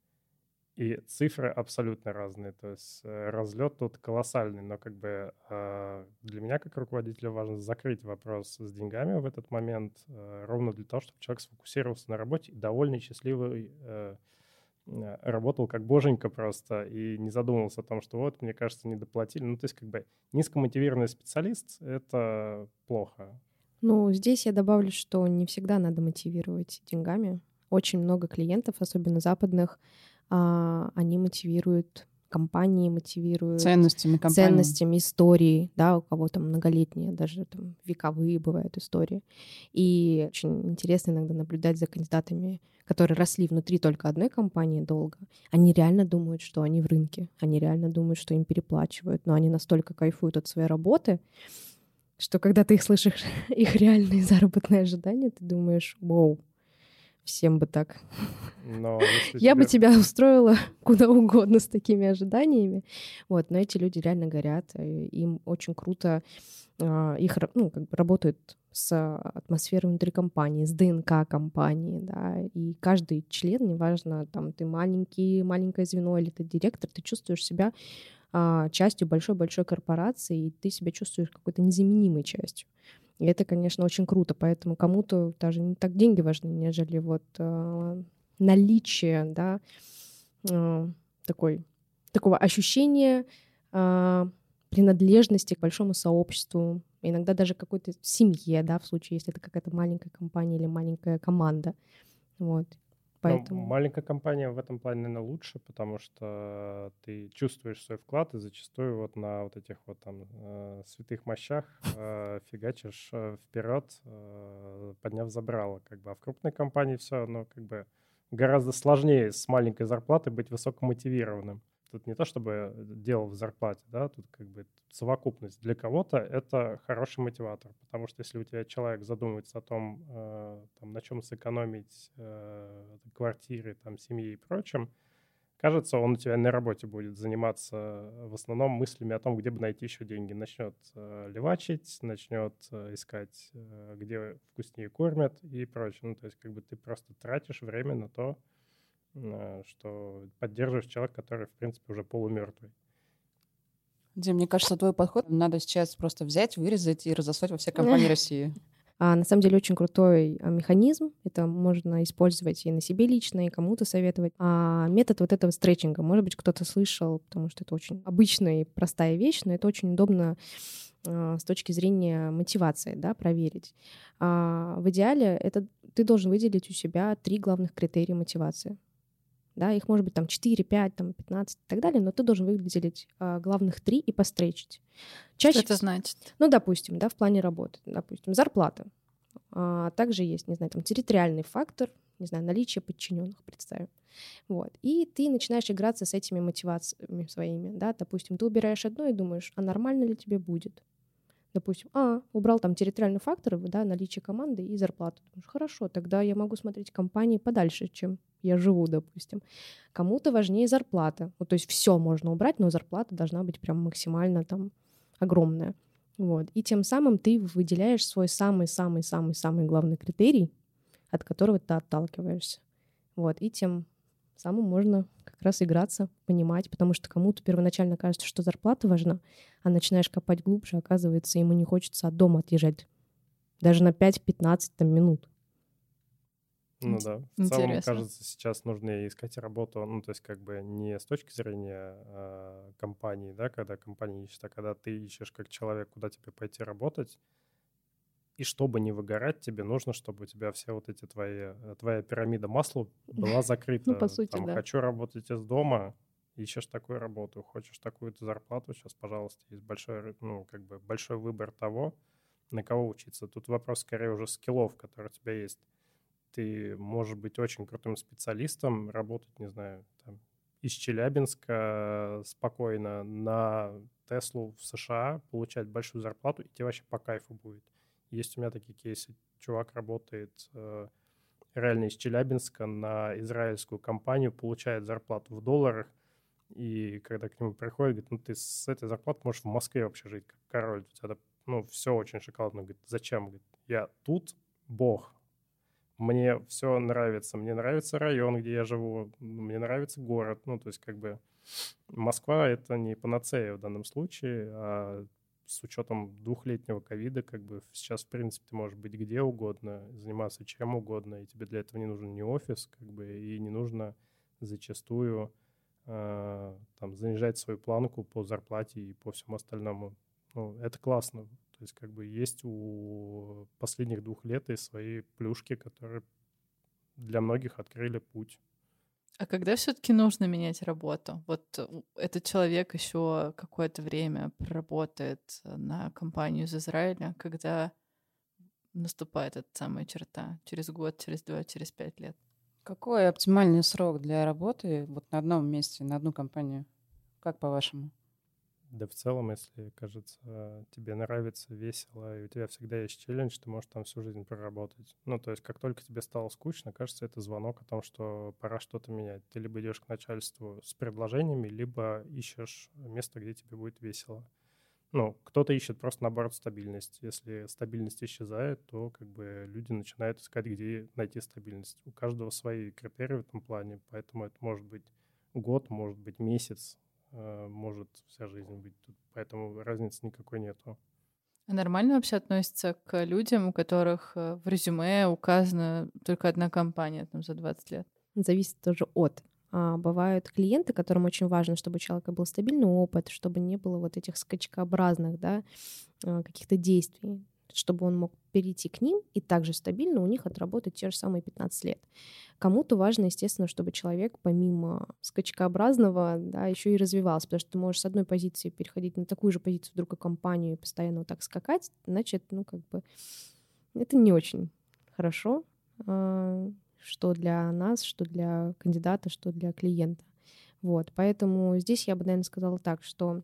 И цифры абсолютно разные. То есть разлет тут колоссальный, но как бы а, для меня, как руководителя, важно закрыть вопрос с деньгами в этот момент, а, ровно для того, чтобы человек сфокусировался на работе и довольный, счастливый, а, работал как боженька просто и не задумывался о том, что вот, мне кажется, не доплатили. Ну, то есть как бы низкомотивированный специалист — это плохо. Ну, здесь я добавлю, что не всегда надо мотивировать деньгами. Очень много клиентов, особенно западных, они мотивируют компании, мотивируют ценностями компании, ценностями истории, да, у кого там многолетние, даже там вековые бывают истории. И очень интересно иногда наблюдать за кандидатами, которые росли внутри только одной компании долго. Они реально думают, что они в рынке, они реально думают, что им переплачивают, но они настолько кайфуют от своей работы, что когда ты их слышишь, их реальные заработные ожидания, ты думаешь, вау, всем бы так. Но Я тебе... бы тебя устроила куда угодно с такими ожиданиями. Вот, но эти люди реально горят, им очень круто, их, ну, как бы работают с атмосферой внутри компании, с ДНК компании, да, и каждый член, неважно, там, ты маленький, маленькое звено или ты директор, ты чувствуешь себя а, частью большой-большой корпорации, и ты себя чувствуешь какой-то незаменимой частью. И это, конечно, очень круто, поэтому кому-то даже не так деньги важны, нежели вот э, наличие, да, э, такой, такого ощущения э, принадлежности к большому сообществу, иногда даже какой-то семье, да, в случае, если это какая-то маленькая компания или маленькая команда, вот. Поэтому... Ну, маленькая компания в этом плане, наверное, лучше, потому что ты чувствуешь свой вклад и зачастую вот на вот этих вот там э, святых мощах э, фигачишь э, вперед, э, подняв забрало, как бы. А в крупной компании все, ну, как бы гораздо сложнее с маленькой зарплатой быть высокомотивированным. Тут не то, чтобы дело в зарплате, да, тут как бы совокупность. Для кого-то это хороший мотиватор, потому что если у тебя человек задумывается о том, э, там, на чем сэкономить э, квартире, там, семье и прочем, кажется, он у тебя на работе будет заниматься в основном мыслями о том, где бы найти еще деньги. Начнет э, левачить, начнет э, искать, э, где вкуснее кормят и прочее. Ну, то есть как бы ты просто тратишь время на то, что поддерживаешь человека, который, в принципе, уже полумертвый. Дим, мне кажется, твой подход надо сейчас просто взять, вырезать и разослать во все компании России. А на самом деле очень крутой механизм. Это можно использовать и на себе лично, и кому-то советовать. А метод вот этого стретчинга, может быть, кто-то слышал, потому что это очень обычная и простая вещь, но это очень удобно с точки зрения мотивации, да, проверить. А в идеале это ты должен выделить у себя три главных критерия мотивации. Да, их может быть там четыре, пять, там, пятнадцать и так далее, но ты должен выделить а, главных три и постречить. Чаще... Что это значит? Ну, допустим, да, в плане работы, допустим, зарплата. А, также есть, не знаю, там, территориальный фактор, не знаю, наличие подчиненных, представим. Вот. И ты начинаешь играться с этими мотивациями своими, да, допустим, ты убираешь одно и думаешь, а нормально ли тебе будет? Допустим, а, убрал там территориальный фактор, да, наличие команды и зарплату. Думаешь, хорошо, тогда я могу смотреть компании подальше, чем я живу, допустим. Кому-то важнее зарплата. Ну, то есть все можно убрать, но зарплата должна быть прям максимально там огромная. Вот. И тем самым ты выделяешь свой самый-самый-самый-самый главный критерий, от которого ты отталкиваешься. Вот. И тем самым можно как раз играться, понимать, потому что кому-то первоначально кажется, что зарплата важна, а начинаешь копать глубже, оказывается, ему не хочется от дома отъезжать. Даже на пять-пятнадцать там, минут. Ну да, в Интересно. целом, кажется, сейчас нужно искать работу, ну, то есть как бы не с точки зрения э, компании, да, когда компания ищет, а когда ты ищешь как человек, куда тебе пойти работать, и чтобы не выгорать, тебе нужно, чтобы у тебя все вот эти твои, твоя пирамида Маслоу была закрыта. Ну, по сути, Там, да. хочу работать из дома, ищешь такую работу, хочешь такую-то зарплату, сейчас, пожалуйста, есть большой, ну, как бы большой выбор того, на кого учиться. Тут вопрос скорее уже скиллов, которые у тебя есть. Ты можешь быть очень крутым специалистом, работать, не знаю, там, из Челябинска спокойно на Теслу в США, получать большую зарплату, и тебе вообще по кайфу будет. Есть у меня такие кейсы. Чувак работает э, реально из Челябинска на израильскую компанию, получает зарплату в долларах, и когда к нему приходит, говорит, ну ты с этой зарплатой можешь в Москве вообще жить как король. У тебя, ну, все очень шоколадно. Говорит, зачем? Говорит, я тут бог. Мне все нравится. Мне нравится район, где я живу. Мне нравится город. Ну, то есть как бы Москва — это не панацея в данном случае, а с учетом двухлетнего ковида, как бы сейчас, в принципе, ты можешь быть где угодно, заниматься чем угодно, и тебе для этого не нужен ни офис, как бы, и не нужно зачастую э, там занижать свою планку по зарплате и по всему остальному. Ну, это классно. То есть как бы есть у последних двух лет и свои плюшки, которые для многих открыли путь. А когда все-таки нужно менять работу? Вот этот человек еще какое-то время проработает на компанию из Израиля, когда наступает эта самая черта? Через год, через два, через пять лет? Какой оптимальный срок для работы вот на одном месте, на одну компанию? Как по-вашему? Да в целом, если, кажется, тебе нравится, весело, и у тебя всегда есть челлендж, ты можешь там всю жизнь проработать. Ну, то есть как только тебе стало скучно, кажется, это звонок о том, что пора что-то менять. Ты либо идешь к начальству с предложениями, либо ищешь место, где тебе будет весело. Ну, кто-то ищет просто, наоборот, стабильность. Если стабильность исчезает, то как бы люди начинают искать, где найти стабильность. У каждого свои критерии в этом плане, поэтому это может быть год, может быть месяц, может вся жизнь быть тут, поэтому разницы никакой нету. А нормально вообще относится к людям, у которых в резюме указана только одна компания там, за двадцать лет? Зависит тоже от. А бывают клиенты, которым очень важно, чтобы у человека был стабильный опыт, чтобы не было вот этих скачкообразных, да, каких-то действий, чтобы он мог перейти к ним и также стабильно у них отработать те же самые пятнадцать лет. Кому-то важно, естественно, чтобы человек помимо скачкообразного, да, еще и развивался, потому что ты можешь с одной позиции переходить на такую же позицию в другую компанию и постоянно вот так скакать, значит, ну, как бы это не очень хорошо, что для нас, что для кандидата, что для клиента. Вот, поэтому здесь я бы, наверное, сказала так, что,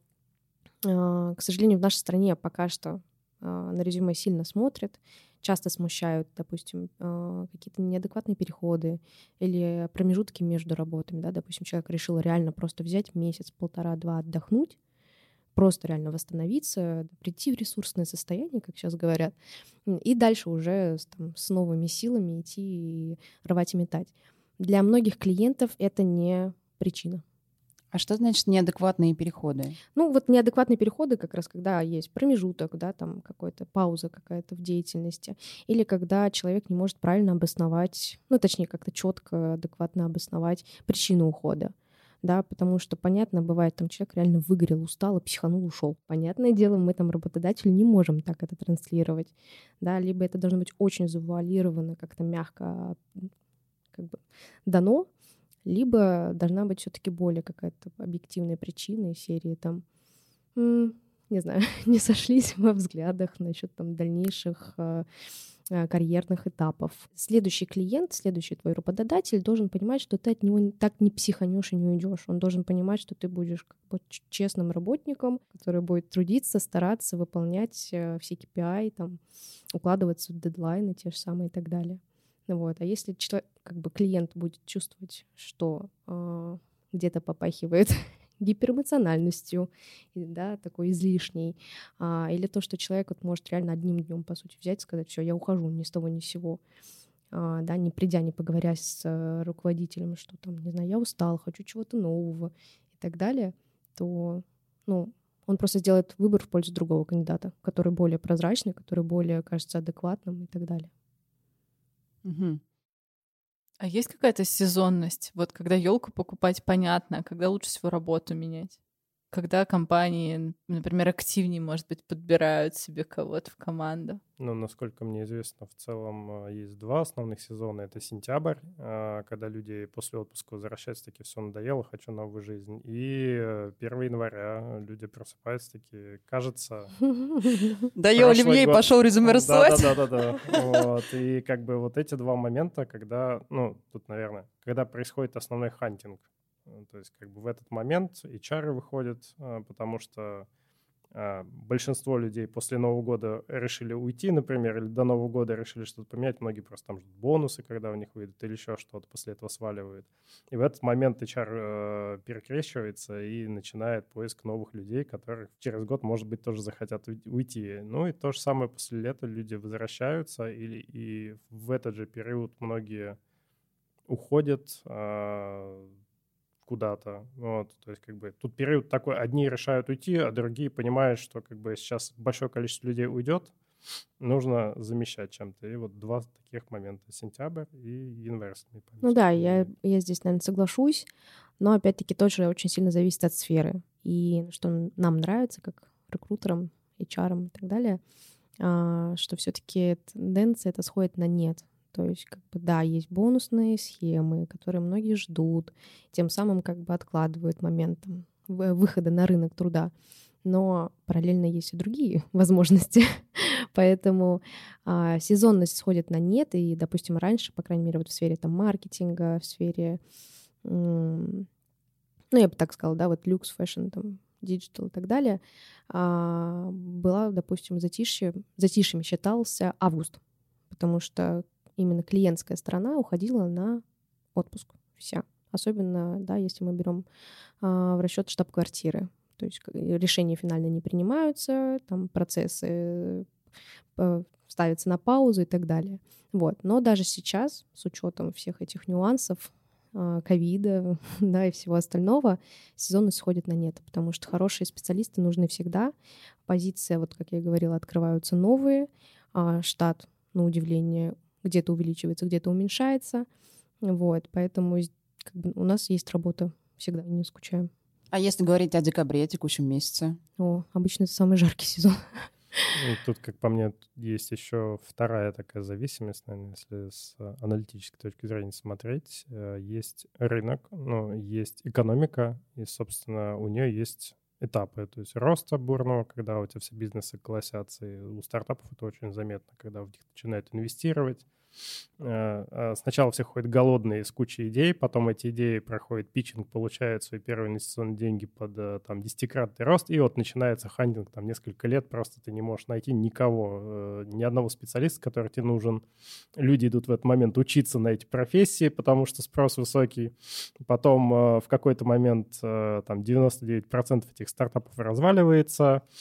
к сожалению, в нашей стране пока что на резюме сильно смотрят, часто смущают, допустим, какие-то неадекватные переходы или промежутки между работами. Да? Допустим, человек решил реально просто взять месяц, полтора-два отдохнуть, просто реально восстановиться, прийти в ресурсное состояние, как сейчас говорят, и дальше уже там, с новыми силами идти и рвать и метать. Для многих клиентов это не причина. А что значит неадекватные переходы? Ну, вот неадекватные переходы как раз, когда есть промежуток, да, там какая-то пауза какая-то в деятельности, или когда человек не может правильно обосновать, ну, точнее, как-то четко, адекватно обосновать причину ухода. Да, потому что, понятно, бывает, там человек реально выгорел, устал, и психанул, ушел. Понятное дело, мы там работодателю не можем так это транслировать, да, либо это должно быть очень завуалировано, как-то мягко как бы дано, либо должна быть все-таки более какая-то объективная причина из серии там, м, не знаю, не сошлись во взглядах насчет там дальнейших э, э, карьерных этапов. Следующий клиент, следующий твой работодатель должен понимать, что ты от него не- так не психанешь и не уйдешь. Он должен понимать, что ты будешь как бы ч- честным работником, который будет трудиться, стараться выполнять э, все кей пи ай, там, укладываться в дедлайны те же самые и так далее. Вот. А если человек, как бы клиент будет чувствовать, что э, где-то попахивает гиперэмоциональностью, и, да, такой излишней, а, или то, что человек вот может реально одним днем, по сути, взять и сказать, все, я ухожу ни с того ни с сего, а, да, не придя, не поговоря с э, руководителем, что там, не знаю, я устал, хочу чего-то нового и так далее, то, ну, он просто сделает выбор в пользу другого кандидата, который более прозрачный, который более кажется адекватным и так далее. Мгм. А есть какая-то сезонность? Вот когда елку покупать, понятно, а когда лучше всего работу менять? Когда компании, например, активнее, может быть, подбирают себе кого-то в команду? Ну, насколько мне известно, в целом э, есть два основных сезона. Это сентябрь, э, когда люди после отпуска возвращаются, такие, все надоело, хочу новую жизнь. И э, первого января люди просыпаются, такие, кажется... Да, я прошлый Оливье год- пошел резюме рассылать. Да-да-да. Вот. И как бы вот эти два момента, когда, ну, тут, наверное, когда происходит основной хантинг. Э, То есть как бы в этот момент эйч ар выходят, э, потому что а, большинство людей после Нового года решили уйти, например, или до Нового года решили что-то поменять. Многие просто там ждут бонусы, когда у них выйдут, или еще что-то после этого сваливают. И в этот момент эйч ар э, перекрещивается и начинает поиск новых людей, которые через год, может быть, тоже захотят уй- уйти. Ну и то же самое после лета люди возвращаются, или, и в этот же период многие уходят а, куда-то. Вот, то есть как бы тут период такой, одни решают уйти, а другие понимают, что как бы сейчас большое количество людей уйдет, нужно замещать чем-то. И вот два таких момента: сентябрь и январь. если не память Ну да, не я, изменяет. я здесь, наверное, соглашусь, но опять-таки тоже очень сильно зависит от сферы. И что н- нам нравится, как рекрутерам, эйч ар и так далее, а, что все-таки тенденция это сходит на нет. То есть, как бы, да, есть бонусные схемы, которые многие ждут, тем самым как бы откладывают момент там, вы- выхода на рынок труда. Но параллельно есть и другие возможности. Поэтому а, сезонность сходит на нет. И, допустим, раньше, по крайней мере, вот в сфере там, маркетинга, в сфере, м, ну, я бы так сказала, да, вот люкс, фэшн, там, диджитал и так далее, а, была, допустим, затишье, затишьем считался август, потому что именно клиентская сторона уходила на отпуск вся. Особенно, да, если мы берем а, в расчет штаб-квартиры. То есть к- решения финально не принимаются, там процессы э, ставятся на паузу и так далее. Вот. Но даже сейчас, с учетом всех этих нюансов, а, ковида, да, и всего остального, сезонность сходит на нет, потому что хорошие специалисты нужны всегда. Позиция, вот как я и говорила, открываются новые, а штат, на удивление, где-то увеличивается, где-то уменьшается. Вот, поэтому из- как бы, у нас есть работа всегда, не скучаем. А если говорить о декабре, текущем месяце? О, обычно это самый жаркий сезон. Ну, тут, как по мне, тут есть еще вторая такая зависимость, наверное, если с э, аналитической точки зрения смотреть. Э, Есть рынок, ну, есть экономика, и, собственно, у нее есть этапы, то есть роста бурного, когда у тебя все бизнесы колосятся, и у стартапов это очень заметно, когда в них начинают инвестировать. Э, э, Сначала все ходят голодные с кучей идей, потом эти идеи проходят питчинг, получают свои первые инвестиционные деньги под э, там десятикратный рост, и вот начинается хантинг, там несколько лет просто ты не можешь найти никого, э, ни одного специалиста, который тебе нужен. Люди идут в этот момент учиться на эти профессии, потому что спрос высокий. Потом э, в какой-то момент э, там девяносто девять процентов этих стартапов разваливается,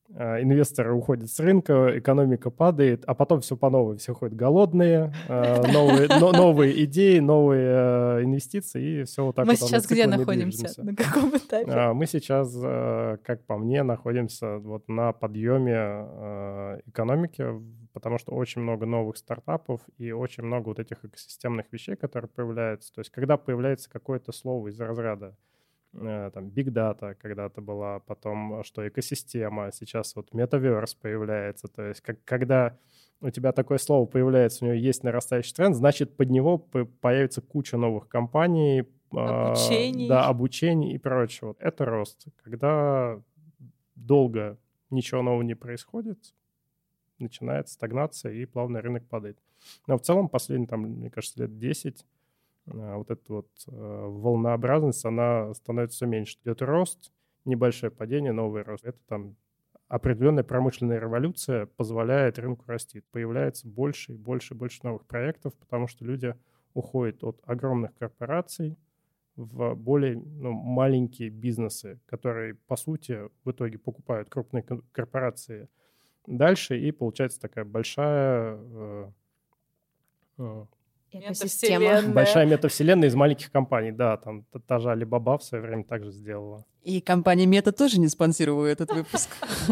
инвесторы уходят с рынка, экономика падает, а потом все по новой, все ходят голодные, новые, но, новые идеи, новые инвестиции, и все вот так мы вот. Мы сейчас где находимся? На каком этапе? Мы сейчас, как по мне, находимся вот на подъеме экономики, потому что очень много новых стартапов и очень много вот этих экосистемных вещей, которые появляются. То есть когда появляется какое-то слово из разряда там Big Data когда-то была, потом что экосистема, сейчас вот Metaverse появляется, то есть как, когда у тебя такое слово появляется, у него есть нарастающий тренд, значит под него появится куча новых компаний, обучений, э, да, обучений и прочего. Это рост. Когда долго ничего нового не происходит, начинается стагнация и плавно рынок падает. Но в целом последние, там, мне кажется, лет десять вот эта вот э, волнообразность, она становится все меньше. Идет рост, небольшое падение, новый рост. Это там определенная промышленная революция позволяет рынку расти. Появляется больше и больше и больше новых проектов, потому что люди уходят от огромных корпораций в более ну, маленькие бизнесы, которые, по сути, в итоге покупают крупные корпорации дальше, и получается такая большая... Э, э, Экосистема. Большая метавселенная из маленьких компаний. Да, там та же Alibaba в свое время также сделала. И компания Мета тоже не спонсировала этот выпуск.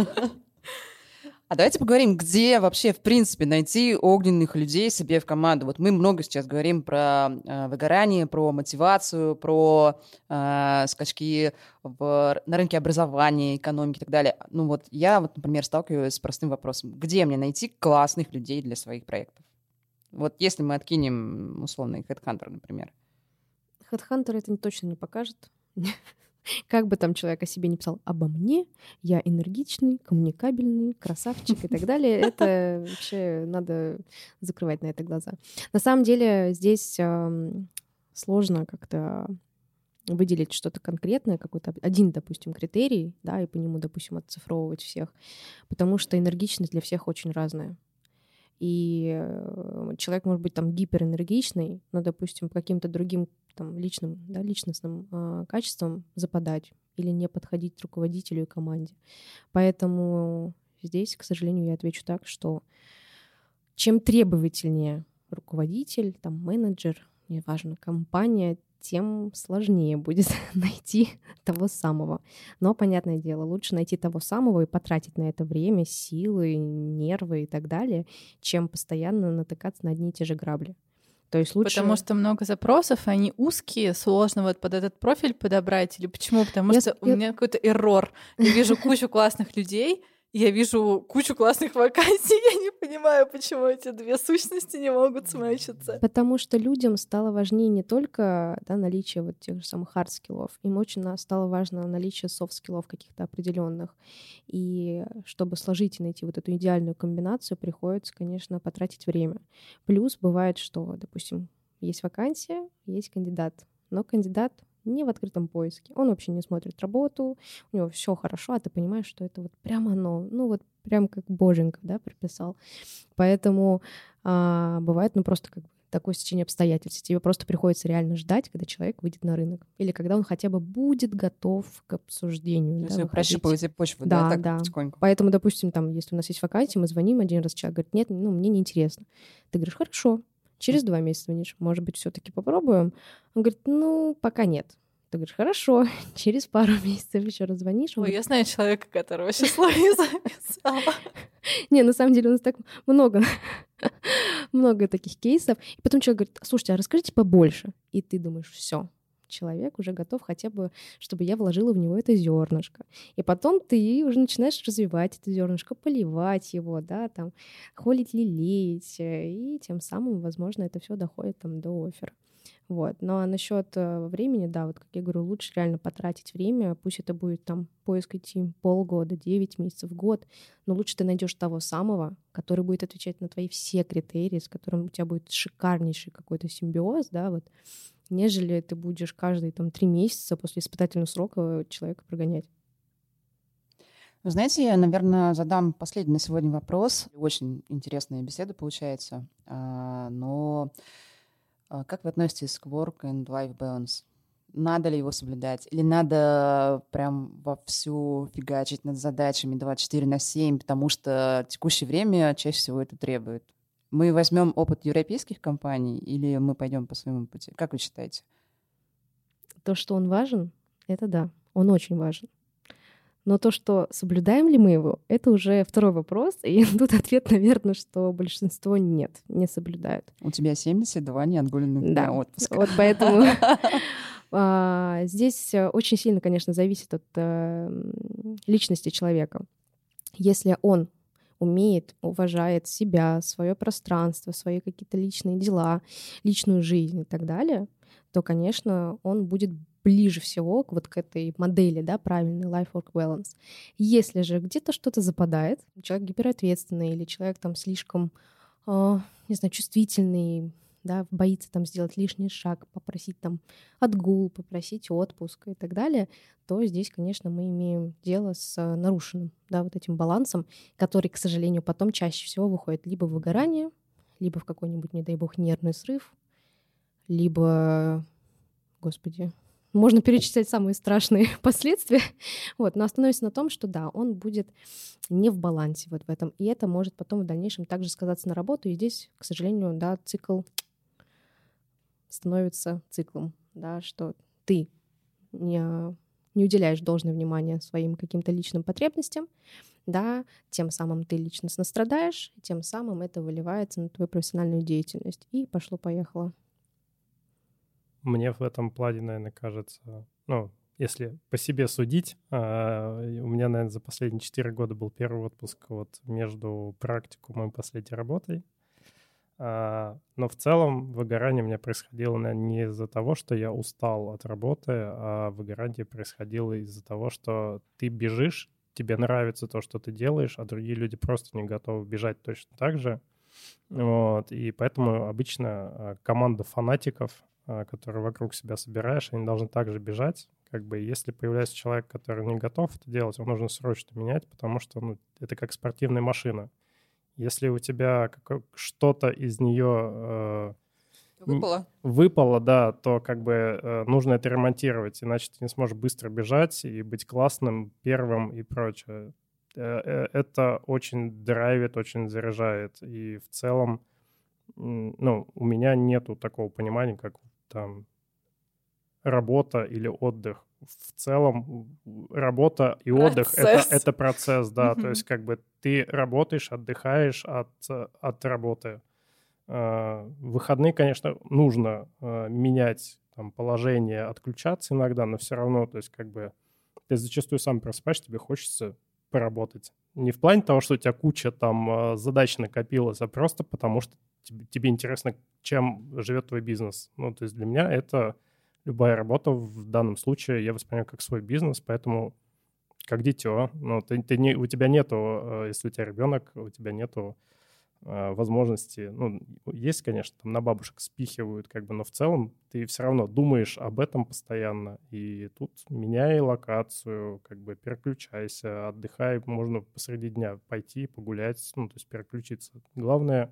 А давайте поговорим, где вообще, в принципе, найти огненных людей себе в команду. Вот мы много сейчас говорим про э, выгорание, про мотивацию, про э, скачки в, на рынке образования, экономики и так далее. Ну вот я, вот, например, сталкиваюсь с простым вопросом. Где мне найти классных людей для своих проектов? Вот если мы откинем, условно, HeadHunter, например. HeadHunter это точно не покажет. Как бы там человек о себе не писал обо мне, я энергичный, коммуникабельный, красавчик и так далее, это вообще надо закрывать на это глаза. На самом деле здесь э, сложно как-то выделить что-то конкретное, какой-то один, допустим, критерий, да, и по нему, допустим, отцифровывать всех, потому что энергичность для всех очень разная. И человек может быть там гиперэнергичный, но, допустим, по каким-то другим там, личным, да, личностным э, качествам западать или не подходить руководителю и команде. Поэтому здесь, к сожалению, я отвечу так, что чем требовательнее руководитель, там, менеджер, неважно, компания, тем сложнее будет найти того самого. Но, понятное дело, лучше найти того самого и потратить на это время, силы, нервы и так далее, чем постоянно натыкаться на одни и те же грабли. То есть лучше... Потому что много запросов, они узкие, сложно вот под этот профиль подобрать. Или почему? Потому я, что я... у меня какой-то эррор. Я вижу кучу классных людей, я вижу кучу классных вакансий, я не понимаю, почему эти две сущности не могут смэчиться. Потому что людям стало важнее не только да, наличие вот тех же самых хард-скиллов, им очень стало важно наличие софт-скиллов каких-то определенных. И чтобы сложить и найти вот эту идеальную комбинацию, приходится, конечно, потратить время. Плюс бывает, что, допустим, есть вакансия, есть кандидат, но кандидат не в открытом поиске. Он вообще не смотрит работу, у него все хорошо, а ты понимаешь, что это вот прямо оно, ну вот прям как боженька, да, прописал. Поэтому а, бывает, ну просто как бы такое стечение обстоятельств. Тебе просто приходится реально ждать, когда человек выйдет на рынок. Или когда он хотя бы будет готов к обсуждению. То есть да, вы прощупываете почву, да, да, так да. потихоньку. Поэтому, допустим, там, если у нас есть вакансия, мы звоним один раз, человек говорит, нет, ну, мне неинтересно. Ты говоришь, хорошо. Через два месяца звонишь, может быть, все-таки попробуем. Он говорит, ну, пока нет. Ты говоришь, хорошо, через пару месяцев еще раз звонишь. Ой, говорит, я знаю человека, которого сейчас Лариса записала. Не, на самом деле у нас так много, много таких кейсов. И потом человек говорит, слушайте, а расскажите побольше. И ты думаешь, все, человек уже готов хотя бы, чтобы я вложила в него это зернышко. И потом ты уже начинаешь развивать это зернышко, поливать его, да, там, холить, лелеять, и тем самым, возможно, это все доходит там до оффера. Вот. Но насчет времени, да, вот как я говорю, лучше реально потратить время, пусть это будет там поиск идти полгода, девять месяцев, год, но лучше ты найдешь того самого, который будет отвечать на твои все критерии, с которым у тебя будет шикарнейший какой-то симбиоз, да, вот, нежели ты будешь каждые там три месяца после испытательного срока человека прогонять. Вы знаете, я, наверное, задам последний на сегодня вопрос. Очень интересная беседа получается, но как вы относитесь к work and life balance? надо ли его соблюдать, или надо прям вовсю фигачить над задачами двадцать четыре на семь, потому что текущее время чаще всего это требует. Мы возьмем опыт европейских компаний или мы пойдем по своему пути? Как вы считаете? То, что он важен, это да, он очень важен. Но то, что соблюдаем ли мы его, это уже второй вопрос. И тут ответ, наверное, что большинство нет, не соблюдают. У тебя семьдесят два неотгуленных Да. дня отпуска. Вот поэтому а, здесь очень сильно, конечно, зависит от а, личности человека. Если он умеет, уважает себя, свое пространство, свои какие-то личные дела, личную жизнь и так далее, то, конечно, он будет ближе всего к вот к этой модели, да, правильный life-work balance. Если же где-то что-то западает, человек гиперответственный или человек там слишком, э, не знаю, чувствительный, да, боится там сделать лишний шаг, попросить там отгул, попросить отпуск и так далее, то здесь, конечно, мы имеем дело с нарушенным, да, вот этим балансом, который, к сожалению, потом чаще всего выходит либо в выгорание, либо в какой-нибудь, не дай бог, нервный срыв, либо, господи, можно перечислять самые страшные последствия, вот, но остановимся на том, что да, он будет не в балансе вот в этом, и это может потом в дальнейшем также сказаться на работу, и здесь, к сожалению, да, цикл становится циклом, да, что ты не, не уделяешь должное внимание своим каким-то личным потребностям, да, тем самым ты личностно страдаешь, тем самым это выливается на твою профессиональную деятельность, и пошло-поехало. Мне в этом плане, наверное, кажется, ну, если по себе судить, а, у меня, наверное, за последние четыре года был первый отпуск вот между практикумом и последней работой. А, но в целом выгорание у меня происходило, наверное, не из-за того, что я устал от работы, а выгорание происходило из-за того, что ты бежишь, тебе нравится то, что ты делаешь, а другие люди просто не готовы бежать точно так же. Вот, и поэтому обычно команда фанатиков, которые вокруг себя собираешь, они должны также бежать. Как бы если появляется человек, который не готов это делать, его нужно срочно менять, потому что ну, это как спортивная машина. Если у тебя что-то из нее э, выпало. выпало, да, то как бы э, нужно это ремонтировать, иначе ты не сможешь быстро бежать и быть классным, первым и прочее. Э, это очень драйвит, очень заряжает. И в целом, ну, у меня нету такого понимания, как там работа или отдых. В целом работа и отдых это, это процесс, да, mm-hmm. то есть как бы ты работаешь, отдыхаешь от, от работы. В выходные, конечно, нужно менять там, положение, отключаться иногда, но все равно, то есть как бы ты зачастую сам просыпаешься, тебе хочется поработать. Не в плане того, что у тебя куча там задач накопилась, а просто потому что тебе, тебе интересно, чем живет твой бизнес. Ну, то есть для меня это любая работа в данном случае я воспринимаю как свой бизнес, поэтому как дитё. Ну, ты, ты не, у тебя нету, если у тебя ребенок, у тебя нету э, возможности, ну, есть, конечно, там на бабушек спихивают, как бы, но в целом ты все равно думаешь об этом постоянно, и тут меняй локацию, как бы переключайся, отдыхай, можно посреди дня пойти погулять, ну, то есть переключиться. Главное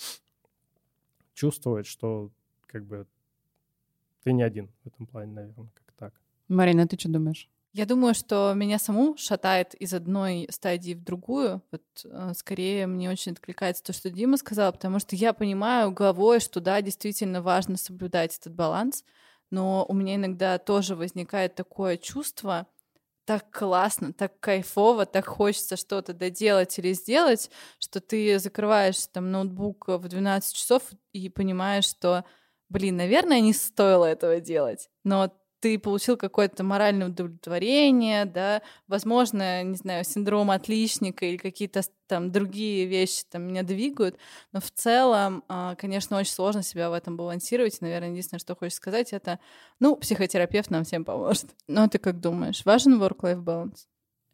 чувствовать, что, как бы, ты не один в этом плане, наверное, как так. Марина, ты что думаешь? Я думаю, что меня саму шатает из одной стадии в другую. Вот, э, скорее, мне очень откликается то, что Дима сказал, потому что я понимаю головой, что да, действительно важно соблюдать этот баланс, но у меня иногда тоже возникает такое чувство, так классно, так кайфово, так хочется что-то доделать или сделать, что ты закрываешь там ноутбук в двенадцать часов и понимаешь, что, блин, наверное, не стоило этого делать, но ты получил какое-то моральное удовлетворение, да, возможно, не знаю, синдром отличника или какие-то там другие вещи там меня двигают, но в целом, конечно, очень сложно себя в этом балансировать, и, наверное, единственное, что хочешь сказать, это, ну, психотерапевт нам всем поможет. Ну, а ты как думаешь, важен work-life balance?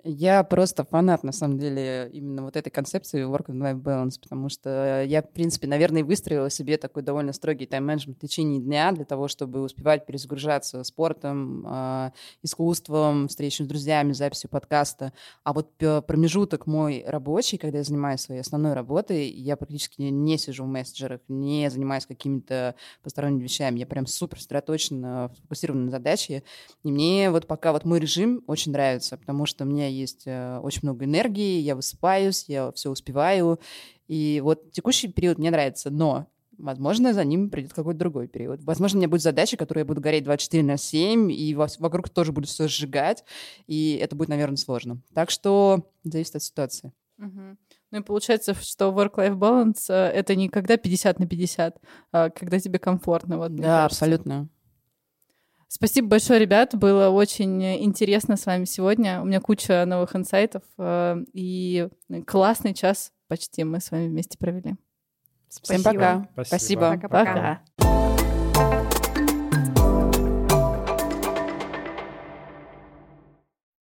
Я просто фанат, на самом деле, именно вот этой концепции work-and-life balance, потому что я, в принципе, наверное, выстроила себе такой довольно строгий тайм-менеджмент в течение дня для того, чтобы успевать перезагружаться спортом, искусством, встречами с друзьями, записью подкаста. А вот промежуток мой рабочий, когда я занимаюсь своей основной работой, я практически не сижу в мессенджерах, не занимаюсь какими-то посторонними вещами. Я прям супер сосредоточена, сфокусирована на задаче. И мне вот пока вот мой режим очень нравится, потому что мне есть очень много энергии, я высыпаюсь, я все успеваю. И вот текущий период мне нравится, но, возможно, за ним придет какой-то другой период. Возможно, у меня будет задача, которую я буду гореть двадцать четыре на семь, и вокруг тоже будет все сжигать, и это будет, наверное, сложно. Так что зависит от ситуации. Угу. Ну и получается, что work-life balance — это не когда пятьдесят на пятьдесят, а когда тебе комфортно. Вот, да, абсолютно. Спасибо большое, ребят. Было очень интересно с вами сегодня. У меня куча новых инсайтов. И классный час почти мы с вами вместе провели. Всем пока. Спасибо. Пока-пока.